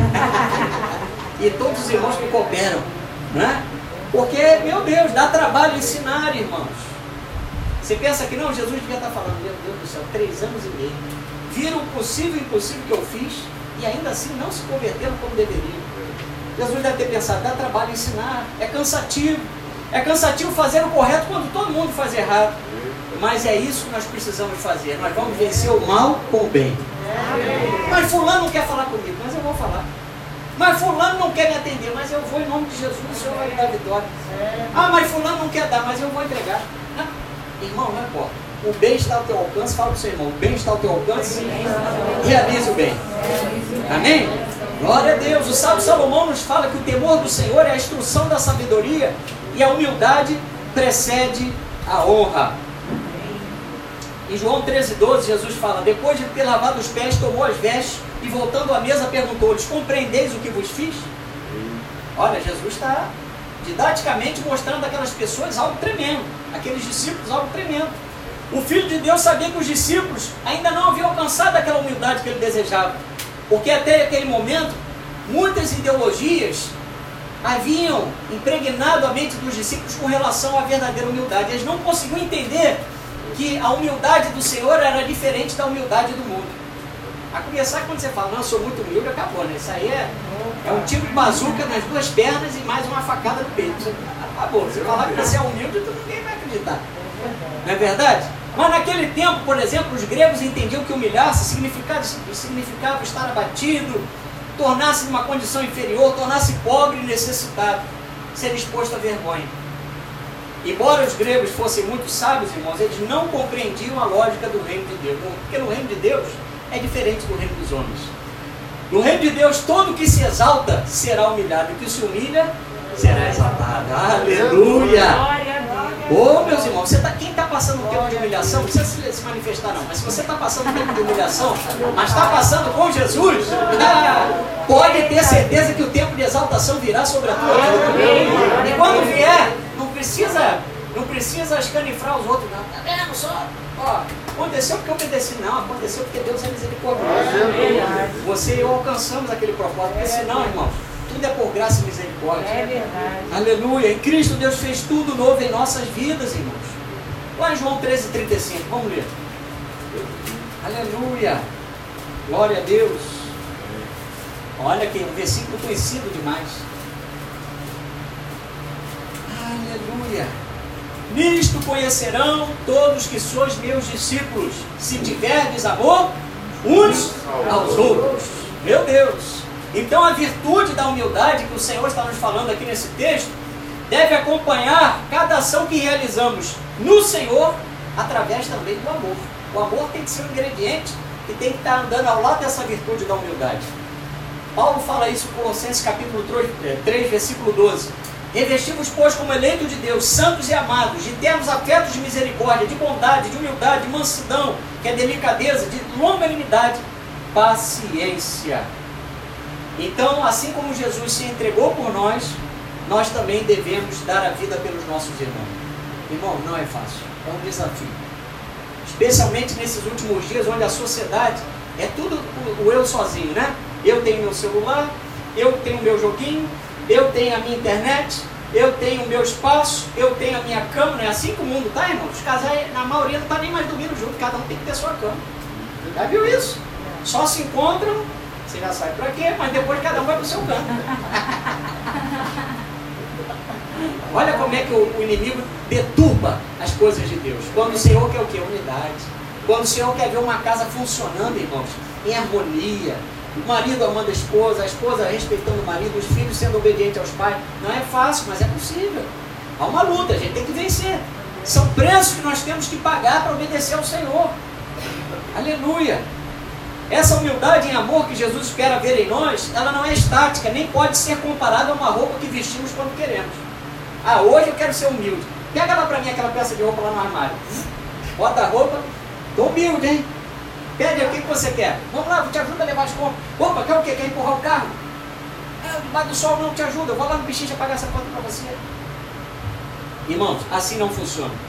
E todos os irmãos que cooperam, né? Porque, meu Deus, dá trabalho ensinar, irmãos. Você pensa que não, Jesus devia estar falando, meu Deus do céu, três anos e meio. Viram o possível e impossível que eu fiz e ainda assim não se converteram como deveriam. Jesus deve ter pensado, dá trabalho ensinar, é cansativo. É cansativo fazer o correto quando todo mundo faz errado. Mas é isso que nós precisamos fazer. Nós vamos vencer o mal com o bem. Mas fulano não quer falar comigo, mas eu vou falar. Mas fulano não quer me atender, mas eu vou em nome de Jesus, o Senhor vai me dar vitória. Ah, mas fulano não quer dar, mas eu vou entregar. Não. Irmão, não importa. O bem está ao teu alcance, fala para o seu irmão, o bem está ao teu alcance, realize o bem. Amém? Glória a Deus. O sábio Salomão nos fala que o temor do Senhor é a instrução da sabedoria e a humildade precede a honra. Em João treze, doze, Jesus fala, depois de ter lavado os pés, tomou as vestes e voltando à mesa perguntou-lhes, compreendeis o que vos fiz? Olha, Jesus está didaticamente mostrando àquelas pessoas algo tremendo, aqueles discípulos algo tremendo. O Filho de Deus sabia que os discípulos ainda não haviam alcançado aquela humildade que ele desejava, porque até aquele momento, muitas ideologias haviam impregnado a mente dos discípulos com relação à verdadeira humildade. Eles não conseguiam entender que a humildade do Senhor era diferente da humildade do mundo. A começar quando você fala, não, eu sou muito humilde, acabou, né? Isso aí é, é um tiro de bazuca nas duas pernas e mais uma facada no peito. Acabou. Você falar que você é humilde, ninguém vai acreditar. Não é verdade? Mas naquele tempo, por exemplo, os gregos entendiam que humilhar-se significava, significava estar abatido, tornar-se numa condição inferior, tornar-se pobre e necessitado, ser exposto à vergonha. Embora os gregos fossem muito sábios, irmãos, eles não compreendiam a lógica do reino de Deus, porque no reino de Deus é diferente do reino dos homens. No reino de Deus, todo que se exalta será humilhado, e que se humilha será exaltado. Aleluia! Ô, oh, meus irmãos, você tá, quem está passando um tempo de humilhação, não precisa se, se manifestar não, mas se você está passando um tempo de humilhação, mas está passando com Jesus, pode ter certeza que o tempo de exaltação virá sobre a tua vida. E quando vier, não precisa, não precisa escanifrar os outros, não. Tá vendo só? Ó, aconteceu porque eu obedeci, não, aconteceu porque Deus é misericordioso. Você e eu alcançamos aquele propósito, porque senão, irmãos, tudo é por graça e misericórdia. É verdade. Aleluia. Em Cristo Deus fez tudo novo em nossas vidas, irmãos. Lá em João treze, trinta e cinco, vamos ler. Aleluia. Glória a Deus. Olha aqui, um versículo conhecido demais. Aleluia. Nisto conhecerão todos que sois meus discípulos, se tiverdes amor uns aos outros. Meu Deus. Então a virtude da humildade que o Senhor está nos falando aqui nesse texto deve acompanhar cada ação que realizamos no Senhor através também do amor. O amor tem que ser um ingrediente que tem que estar andando ao lado dessa virtude da humildade. Paulo fala isso em Colossenses capítulo três, versículo doze. Revestivos, pois, como eleito de Deus, santos e amados, de ternos afetos de misericórdia, de bondade, de humildade, de mansidão, que é delicadeza, de longanimidade, paciência. Então, assim como Jesus se entregou por nós, nós também devemos dar a vida pelos nossos irmãos. Irmão, não é fácil, é um desafio. Especialmente nesses últimos dias, onde a sociedade é tudo o eu sozinho, né? Eu tenho meu celular, eu tenho meu joguinho, eu tenho a minha internet, eu tenho o meu espaço, eu tenho a minha cama. Não é assim que o mundo está, irmão? Os casais, na maioria, não está nem mais dormindo junto, cada um tem que ter sua cama. Já viu isso? Só se encontram. Você já sabe para quê, mas depois cada um vai para o seu canto. Olha como é que o, o inimigo deturpa as coisas de Deus. Quando o Senhor quer o quê? Unidade. Quando o Senhor quer ver uma casa funcionando, irmãos, em harmonia, o marido amando a esposa, a esposa respeitando o marido, os filhos sendo obedientes aos pais. Não é fácil, mas é possível. Há uma luta, a gente tem que vencer. São preços que nós temos que pagar para obedecer ao Senhor. Aleluia. Essa humildade em amor que Jesus espera ver em nós, ela não é estática, nem pode ser comparada a uma roupa que vestimos quando queremos. Ah, hoje eu quero ser humilde. Pega lá para mim aquela peça de roupa lá no armário. Bota a roupa. Tô humilde, hein? Pede aí o que, que você quer. Vamos lá, te ajuda a levar as compras. Opa, quer o quê? Quer empurrar o carro? Ah, debaixo do sol não te ajuda. Eu vou lá no Pichincha pagar essa conta para você. Irmãos, assim não funciona.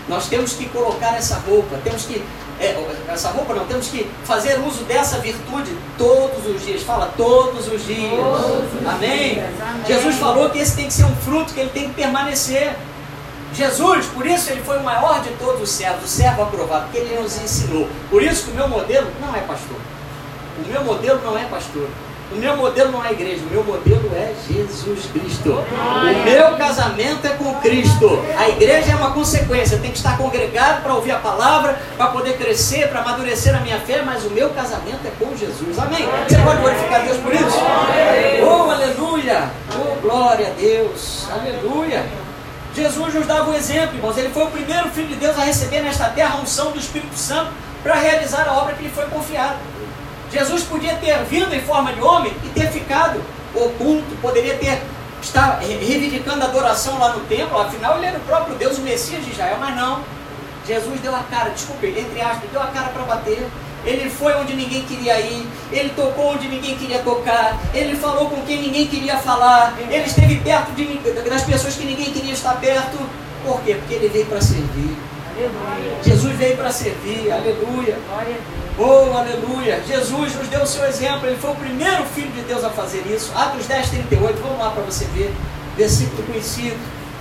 Nós temos que colocar essa roupa, temos que, é, essa roupa não, temos que fazer uso dessa virtude todos os dias. Fala, todos os dias. Todos os Amém? Dias. Amém? Jesus falou que esse tem que ser um fruto, que ele tem que permanecer. Jesus, por isso ele foi o maior de todos os servos, o servo aprovado, porque ele nos ensinou. Por isso que o meu modelo não é pastor. O meu modelo não é pastor. O meu modelo não é igreja, o meu modelo é Jesus Cristo. O meu casamento é com Cristo. A igreja é uma consequência, eu tenho que estar congregado para ouvir a palavra, para poder crescer, para amadurecer a minha fé, mas o meu casamento é com Jesus. Amém? Você pode glorificar Deus por isso? Oh, aleluia! Oh, glória a Deus! Aleluia! Jesus nos dava o exemplo, irmãos. Ele foi o primeiro filho de Deus a receber nesta terra a unção do Espírito Santo para realizar a obra que lhe foi confiada. Jesus podia ter vindo em forma de homem e ter ficado oculto, poderia ter estar reivindicando a adoração lá no templo, afinal ele era o próprio Deus, o Messias de Israel, mas não. Jesus deu a cara, desculpe, entre aspas, deu a cara para bater. Ele foi onde ninguém queria ir, ele tocou onde ninguém queria tocar, ele falou com quem ninguém queria falar, ele esteve perto de, das pessoas que ninguém queria estar perto. Por quê? Porque ele veio para servir. Aleluia. Jesus veio para servir, aleluia. Glória a Deus. Oh, aleluia! Jesus nos deu o seu exemplo, ele foi o primeiro filho de Deus a fazer isso. Atos dez, trinta e oito, vamos lá para você ver, versículo conhecido.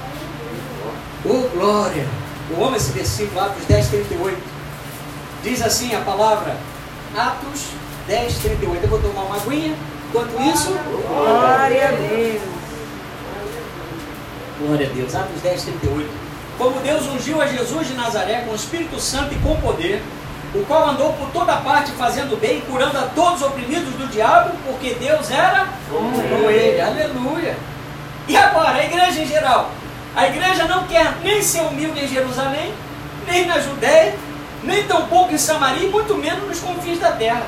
Oh, glória! Eu amo esse versículo, Atos dez, trinta e oito. Diz assim a palavra, Atos dez, trinta e oito. Eu vou tomar uma aguinha, enquanto isso... Glória a Deus! Glória a Deus, Atos dez, trinta e oito. Como Deus ungiu a Jesus de Nazaré com o Espírito Santo e com poder, o qual andou por toda parte fazendo bem, curando a todos os oprimidos do diabo, porque Deus era com ele. Aleluia! E agora, a igreja em geral? A igreja não quer nem ser humilde em Jerusalém, nem na Judéia, nem tampouco em Samaria, e muito menos nos confins da terra.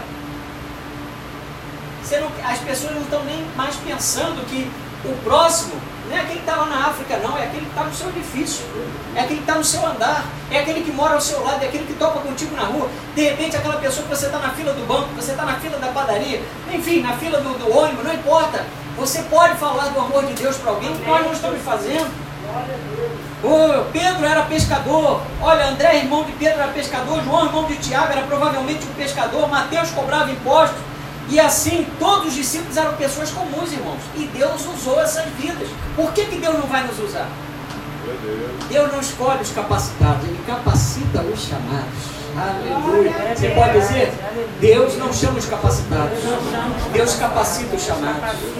Você não, as pessoas não estão nem mais pensando que o próximo não é aquele que está lá na África, não, é aquele que está no seu edifício, é aquele que está no seu andar, é aquele que mora ao seu lado, é aquele que topa contigo na rua. De repente, aquela pessoa que você está na fila do banco, você está na fila da padaria, enfim, na fila do, do ônibus, não importa. Você pode falar do amor de Deus para alguém, que nós não estamos fazendo. Oh, Pedro era pescador, olha, André, irmão de Pedro, era pescador, João, irmão de Tiago, era provavelmente um pescador, Mateus cobrava impostos. E assim, todos os discípulos eram pessoas comuns, irmãos. E Deus usou essas vidas. Por que que Deus não vai nos usar? Deus não escolhe os capacitados, Ele capacita os chamados. Aleluia. Você pode dizer? Deus não chama os capacitados, Deus capacita os chamados.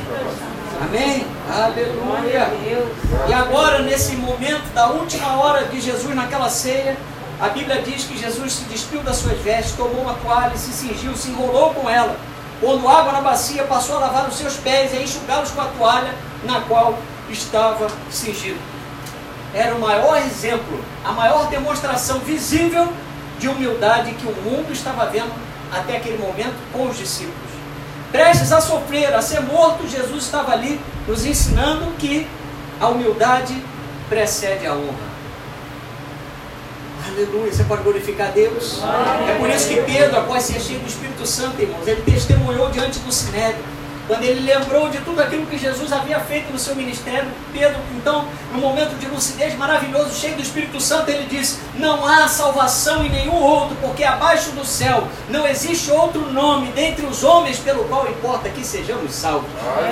Amém? Aleluia. E agora, nesse momento da última hora de Jesus naquela ceia, a Bíblia diz que Jesus se despiu das suas vestes, tomou uma toalha, se cingiu, se enrolou com ela, pondo água na bacia, passou a lavar os seus pés e a enxugá-los com a toalha na qual estava cingido. Era o maior exemplo, a maior demonstração visível de humildade que o mundo estava vendo até aquele momento com os discípulos. Prestes a sofrer, a ser morto, Jesus estava ali nos ensinando que a humildade precede a honra. Aleluia, você pode glorificar a Deus? É por isso que Pedro, após ser cheio do Espírito Santo, irmãos, ele testemunhou diante do Sinédrio. Quando ele lembrou de tudo aquilo que Jesus havia feito no seu ministério, Pedro, então, num momento de lucidez maravilhoso, cheio do Espírito Santo, ele disse: não há salvação em nenhum outro, porque abaixo do céu não existe outro nome dentre os homens pelo qual importa que sejamos salvos.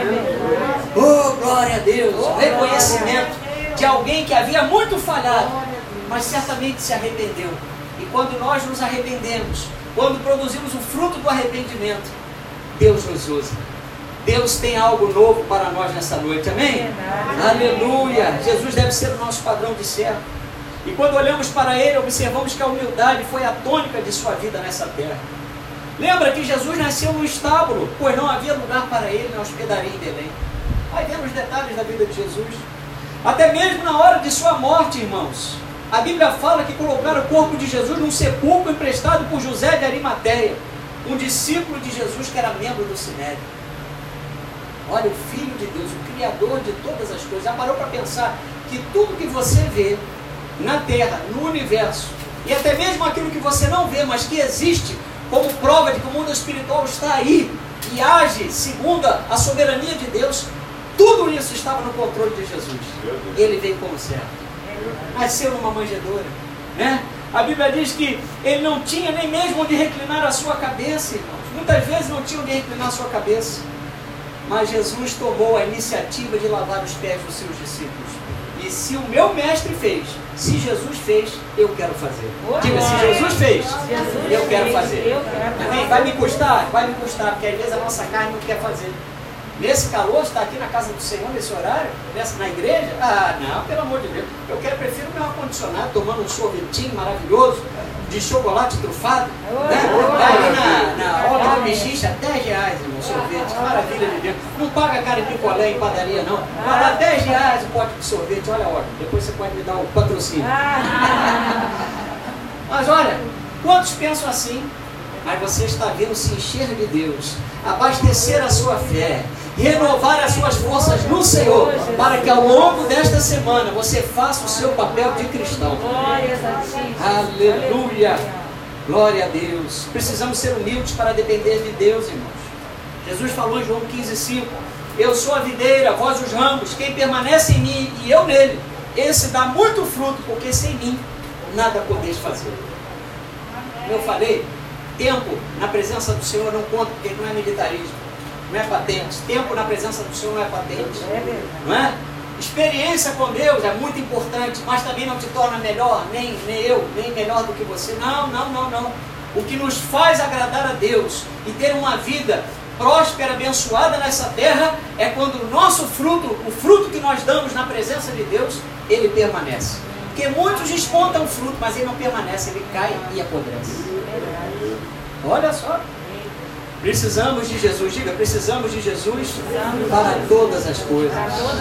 Oh, glória a Deus! O reconhecimento de alguém que havia muito falhado, mas certamente se arrependeu. E quando nós nos arrependemos, quando produzimos o fruto do arrependimento, Deus nos usa. Deus tem algo novo para nós nessa noite, amém? Aleluia! Jesus deve ser o nosso padrão de servo. E quando olhamos para Ele, observamos que a humildade foi a tônica de sua vida nessa terra. Lembra que Jesus nasceu no estábulo, pois não havia lugar para Ele na hospedaria em Belém. Vai vendo os detalhes da vida de Jesus. Até mesmo na hora de sua morte, irmãos, a Bíblia fala que colocaram o corpo de Jesus num sepulcro emprestado por José de Arimateia, um discípulo de Jesus que era membro do Sinédrio. Olha, o Filho de Deus, o Criador de todas as coisas. Já parou para pensar que tudo que você vê na Terra, no universo, e até mesmo aquilo que você não vê, mas que existe como prova de que o mundo espiritual está aí e age segundo a soberania de Deus, tudo isso estava no controle de Jesus. Ele veio como servo, nasceu numa manjedoura, né? A Bíblia diz que ele não tinha nem mesmo onde reclinar a sua cabeça, irmãos. Muitas vezes não tinha onde reclinar a sua cabeça. Mas Jesus tomou a iniciativa de lavar os pés dos seus discípulos. E se o meu mestre fez, se Jesus fez, eu quero fazer. Diga, se Jesus fez, eu quero fazer. Amém? Vai me custar? Vai me custar, porque às vezes a nossa carne não quer fazer. Nesse calor, está aqui na casa do Senhor, nesse horário, nessa, na igreja? Ah, não, pelo amor de Deus. Eu quero, prefiro o meu ar-condicionado, tomando um sorvetinho maravilhoso, de chocolate trufado. Né? Vai ali na, na Obra do Mexixa, dez reais, irmão, sorvete. Maravilha de Deus. Não paga cara de picolé em padaria, não. Vai dar dez reais o pote de sorvete, olha a hora. Depois você pode me dar um patrocínio. Mas olha, quantos pensam assim? Mas você está vindo se encher de Deus, abastecer a sua fé, renovar as suas forças no Senhor, para que ao longo desta semana você faça o seu papel de cristão. Aleluia! Glória a Deus! Precisamos ser humildes para depender de Deus, irmãos. Jesus falou em João quinze, cinco: eu sou a videira, vós os ramos, quem permanece em mim e eu nele, esse dá muito fruto, porque sem mim nada podeis fazer. Como eu falei, tempo na presença do Senhor não conta, porque não é militarismo, não é patente. Tempo na presença do Senhor não é patente, não é? Experiência com Deus é muito importante, mas também não te torna melhor, nem, nem eu, nem melhor do que você. Não, não, não, não. O que nos faz agradar a Deus e ter uma vida próspera, abençoada nessa terra, é quando o nosso fruto, o fruto que nós damos na presença de Deus, ele permanece. Porque muitos despontam o fruto, mas ele não permanece, ele cai e apodrece. Olha só, precisamos de Jesus. Diga, precisamos de Jesus para todas as coisas.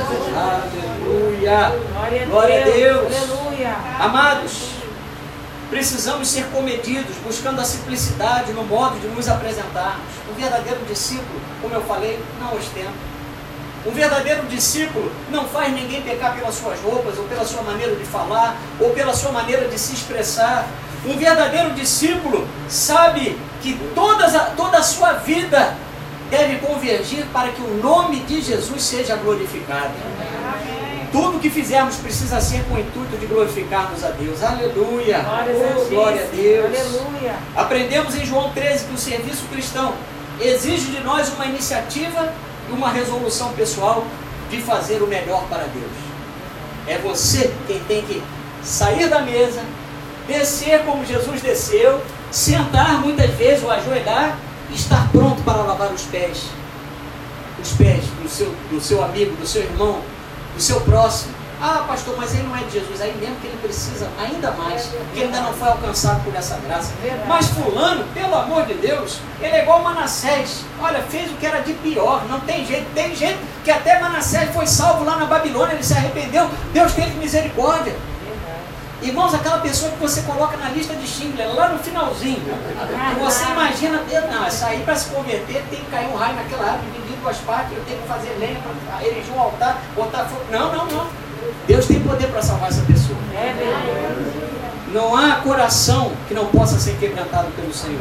Aleluia, glória a Deus. Amados, precisamos ser comedidos, buscando a simplicidade no modo de nos apresentarmos. Um verdadeiro discípulo, como eu falei, não ostenta. Um verdadeiro discípulo não faz ninguém pecar pelas suas roupas, ou pela sua maneira de falar, ou pela sua maneira de se expressar. Um verdadeiro discípulo sabe que todas a, toda a sua vida deve convergir para que o nome de Jesus seja glorificado. Amém. Tudo que fizermos precisa ser com o intuito de glorificarmos a Deus. Aleluia! Glória, oh, glória a Deus! Aleluia. Aprendemos em João treze que o serviço cristão exige de nós uma iniciativa e uma resolução pessoal de fazer o melhor para Deus. É você quem tem que sair da mesa, descer como Jesus desceu, sentar muitas vezes ou ajoelhar e estar pronto para lavar os pés. Os pés do seu, do seu amigo, do seu irmão, do seu próximo. Ah, pastor, mas ele não é de Jesus. Aí mesmo que ele precisa ainda mais, porque ele ainda não foi alcançado por essa graça. Mas fulano, pelo amor de Deus, ele é igual Manassés. Olha, fez o que era de pior. Não tem jeito. Tem gente que até Manassés foi salvo lá na Babilônia, ele se arrependeu. Deus teve misericórdia. Irmãos, aquela pessoa que você coloca na lista de Schindler, lá no finalzinho, você imagina, não, essa aí para se converter tem que cair um raio naquela árvore, dividir duas partes, eu tenho que fazer lenha para erigir um altar, botar fogo. Não, não, não. Deus tem poder para salvar essa pessoa. É verdade. Não há coração que não possa ser quebrantado pelo Senhor.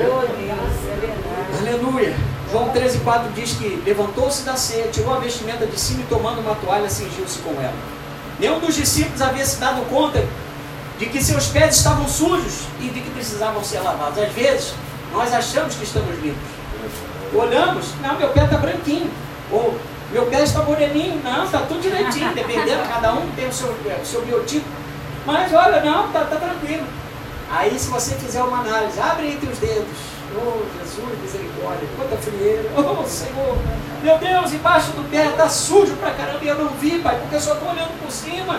Aleluia. João treze, quatro diz que levantou-se da ceia, tirou a vestimenta de cima e tomando uma toalha, cingiu-se com ela. Nenhum dos discípulos havia se dado conta de que seus pés estavam sujos e de que precisavam ser lavados. Às vezes, nós achamos que estamos limpos. Olhamos, não, meu pé está branquinho. Ou, meu pé está moreninho. Não, está tudo direitinho, dependendo, cada um tem o seu, o seu biotipo. Mas olha, não, está tá tranquilo. Aí, se você fizer uma análise, abre entre os dedos. Oh, Jesus, misericórdia, quanta frieira. Oh, Senhor, meu Deus, embaixo do pé está sujo pra caramba e eu não vi, Pai, porque eu só estou olhando por cima.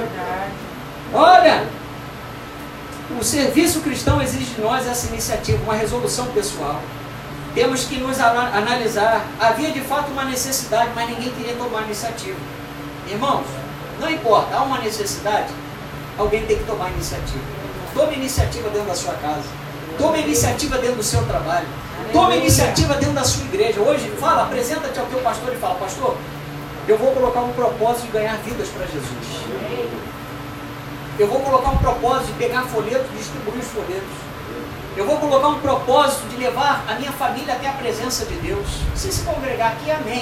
Olha, o serviço cristão exige de nós essa iniciativa, uma resolução pessoal. Temos que nos analisar. Havia de fato uma necessidade, mas ninguém queria tomar iniciativa. Irmãos, não importa, há uma necessidade, alguém tem que tomar iniciativa. Tome iniciativa dentro da sua casa. Tome iniciativa dentro do seu trabalho. Tome iniciativa dentro da sua igreja. Hoje, fala, apresenta-te ao teu pastor e fala: pastor, eu vou colocar um propósito de ganhar vidas para Jesus. Eu vou colocar um propósito de pegar folhetos e distribuir os folhetos. Eu vou colocar um propósito de levar a minha família até a presença de Deus. Se se congregar aqui, amém.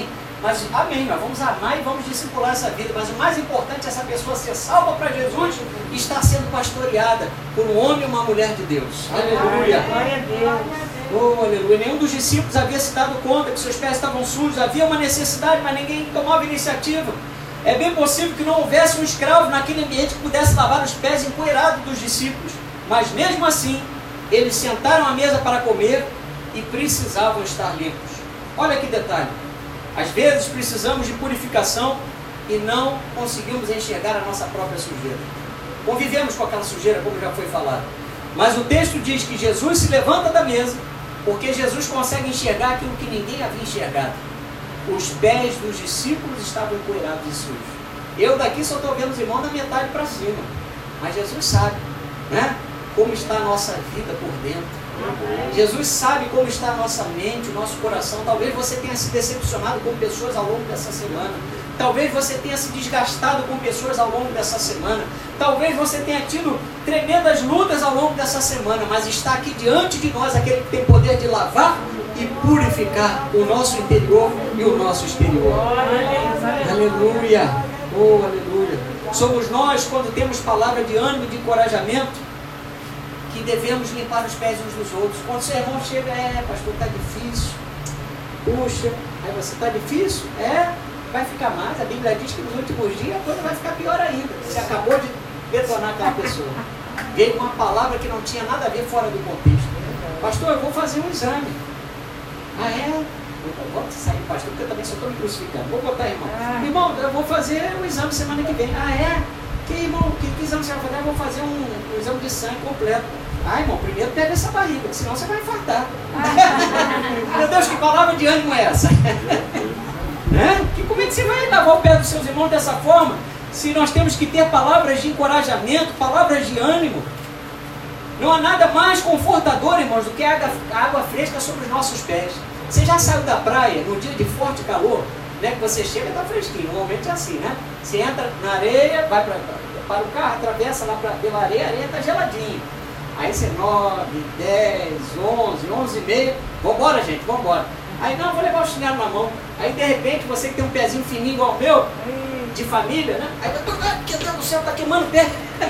Mas, amém, nós vamos amar e vamos discipular essa vida. Mas o mais importante é essa pessoa ser salva para Jesus e estar sendo pastoreada por um homem e uma mulher de Deus. Aleluia. Glória a Deus. Oh, aleluia. Nenhum dos discípulos havia se dado conta que seus pés estavam sujos. Havia uma necessidade, mas ninguém tomava iniciativa. É bem possível que não houvesse um escravo naquele ambiente que pudesse lavar os pés empoeirados dos discípulos. Mas mesmo assim, eles sentaram à mesa para comer e precisavam estar limpos. Olha que detalhe. Às vezes precisamos de purificação e não conseguimos enxergar a nossa própria sujeira. Convivemos com aquela sujeira, como já foi falado. Mas o texto diz que Jesus se levanta da mesa porque Jesus consegue enxergar aquilo que ninguém havia enxergado. Os pés dos discípulos estavam empoeirados e sujos. Eu daqui só estou vendo os irmãos da metade para cima. Mas Jesus sabe, né, como está a nossa vida por dentro. Jesus sabe como está a nossa mente, o nosso coração. Talvez você tenha se decepcionado com pessoas ao longo dessa semana. Talvez você tenha se desgastado com pessoas ao longo dessa semana. Talvez você tenha tido tremendas lutas ao longo dessa semana. Mas está aqui diante de nós aquele que tem poder de lavar e purificar o nosso interior e o nosso exterior. Aleluia. Oh, aleluia. Somos nós, quando temos palavra de ânimo e de encorajamento, que devemos limpar os pés uns dos outros. Quando seu irmão chega, é, pastor, está difícil. Puxa, aí você está difícil? É, vai ficar mais. A Bíblia diz que nos últimos dias a coisa vai ficar pior ainda. Você acabou de detonar aquela pessoa. Veio uma palavra que não tinha nada a ver fora do contexto. Pastor, eu vou fazer um exame. Ah, é? Vou sair, pastor, porque eu também só estou me crucificando. Vou botar, irmão. Irmão, eu vou fazer o exame semana que vem. Ah, é? Que, irmão, que, que exame você vai fazer? Eu vou fazer um, um exame de sangue completo. Ah, irmão, primeiro pega essa barriga, senão você vai infartar. Meu Deus, que palavra de ânimo é essa? Né? Que, como é que você vai lavar o pé dos seus irmãos dessa forma? Se nós temos que ter palavras de encorajamento, palavras de ânimo. Não há nada mais confortador, irmãos, do que a água, a água fresca sobre os nossos pés. Você já saiu da praia no dia de forte calor? Né, que você chega e está fresquinho, normalmente é assim, né? Você entra na areia, vai pra, para o carro, atravessa lá pra, pela areia, a areia está geladinha. Aí você nove, dez, onze, onze e meia, vambora gente, vambora. Aí não, vou levar o chinelo na mão. Aí de repente você que tem um pezinho fininho igual o meu, de família, né? Aí eu tô, ah, meu Deus do céu, está queimando o pé.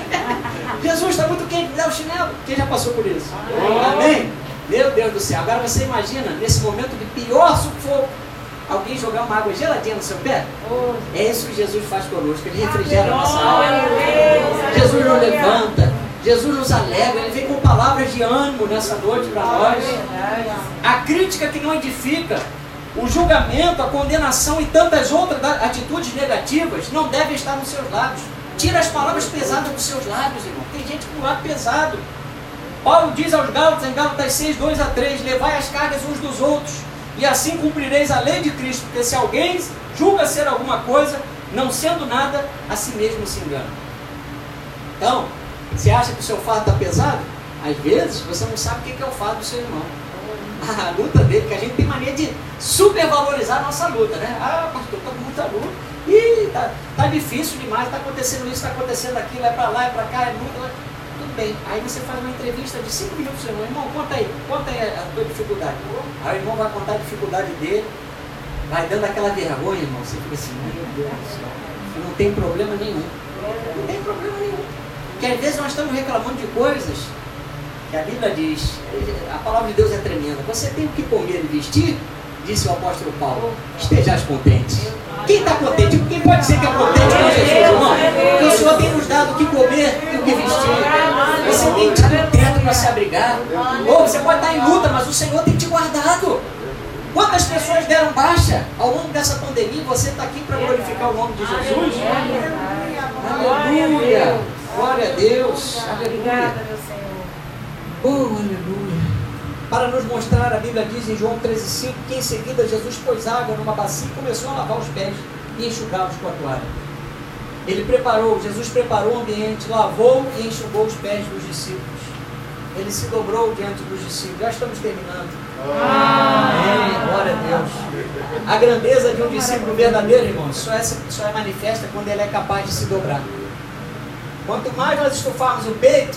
Jesus, está muito quente, me dá o chinelo. Quem já passou por isso? Amém? Meu Deus do céu, agora você imagina, nesse momento de pior sufoco, alguém jogar uma água geladinha no seu pé? Oh. É isso que Jesus faz conosco. Ele refrigera a nossa alma. Jesus nos levanta. Jesus nos alegra. Ele vem com palavras de ânimo nessa noite para nós. A crítica que não edifica, o julgamento, a condenação e tantas outras atitudes negativas não devem estar nos seus lábios. Tira as palavras pesadas dos seus lábios, irmão. Tem gente com o lado pesado. Paulo diz aos Gálatas, em Gálatas seis, dois a três, levai as cargas uns dos outros, e assim cumprireis a lei de Cristo, porque se alguém julga ser alguma coisa, não sendo nada, a si mesmo se engana. Então, você acha que o seu fardo está pesado? Às vezes, você não sabe o que é o fardo do seu irmão. A luta dele, que a gente tem mania de supervalorizar a nossa luta, né? Ah, pastor, estou com muita luta. Ih, tá, tá difícil demais, está acontecendo isso, está acontecendo aquilo, é para lá, é para cá, é muito... Tudo bem. Aí você faz uma entrevista de cinco minutos pro seu irmão. Irmão, conta aí, conta aí a, a tua dificuldade. Aí o irmão vai contar a dificuldade dele, vai dando aquela vergonha, irmão. Você fica assim, meu Deus do céu, não tem problema nenhum. Não tem problema nenhum. Porque às vezes nós estamos reclamando de coisas que a Bíblia diz, a palavra de Deus é tremenda. Você tem o que comer e vestir, disse o apóstolo Paulo, estejais contentes. Quem está contente? Quem pode dizer que é contente com Jesus, irmão? Porque o Senhor tem nos dado o que comer e o que vestir. Você tem tido teto para se abrigar. Ou você pode estar em luta, mas o Senhor tem te guardado. Quantas pessoas deram baixa ao longo dessa pandemia e você está aqui para glorificar o nome de Jesus? Aleluia! Glória a Deus! Aleluia! Oh, aleluia! Para nos mostrar, a Bíblia diz em João treze, cinco, que em seguida Jesus pôs água numa bacia e começou a lavar os pés e enxugá-los com a toalha. Ele preparou, Jesus preparou o ambiente, lavou e enxugou os pés dos discípulos. Ele se dobrou diante dos discípulos. Já estamos terminando. Amém. Glória a Deus. A grandeza de um discípulo verdadeiro, irmãos, só é, só é manifesta quando ele é capaz de se dobrar. Quanto mais nós estufarmos o peito,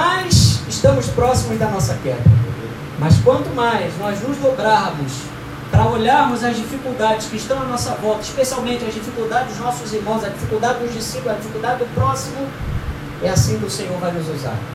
mais estamos próximos da nossa queda. Mas quanto mais nós nos dobrarmos para olharmos as dificuldades que estão à nossa volta, especialmente as dificuldades dos nossos irmãos, a dificuldade dos discípulos, a dificuldade do próximo, é assim que o Senhor vai nos usar.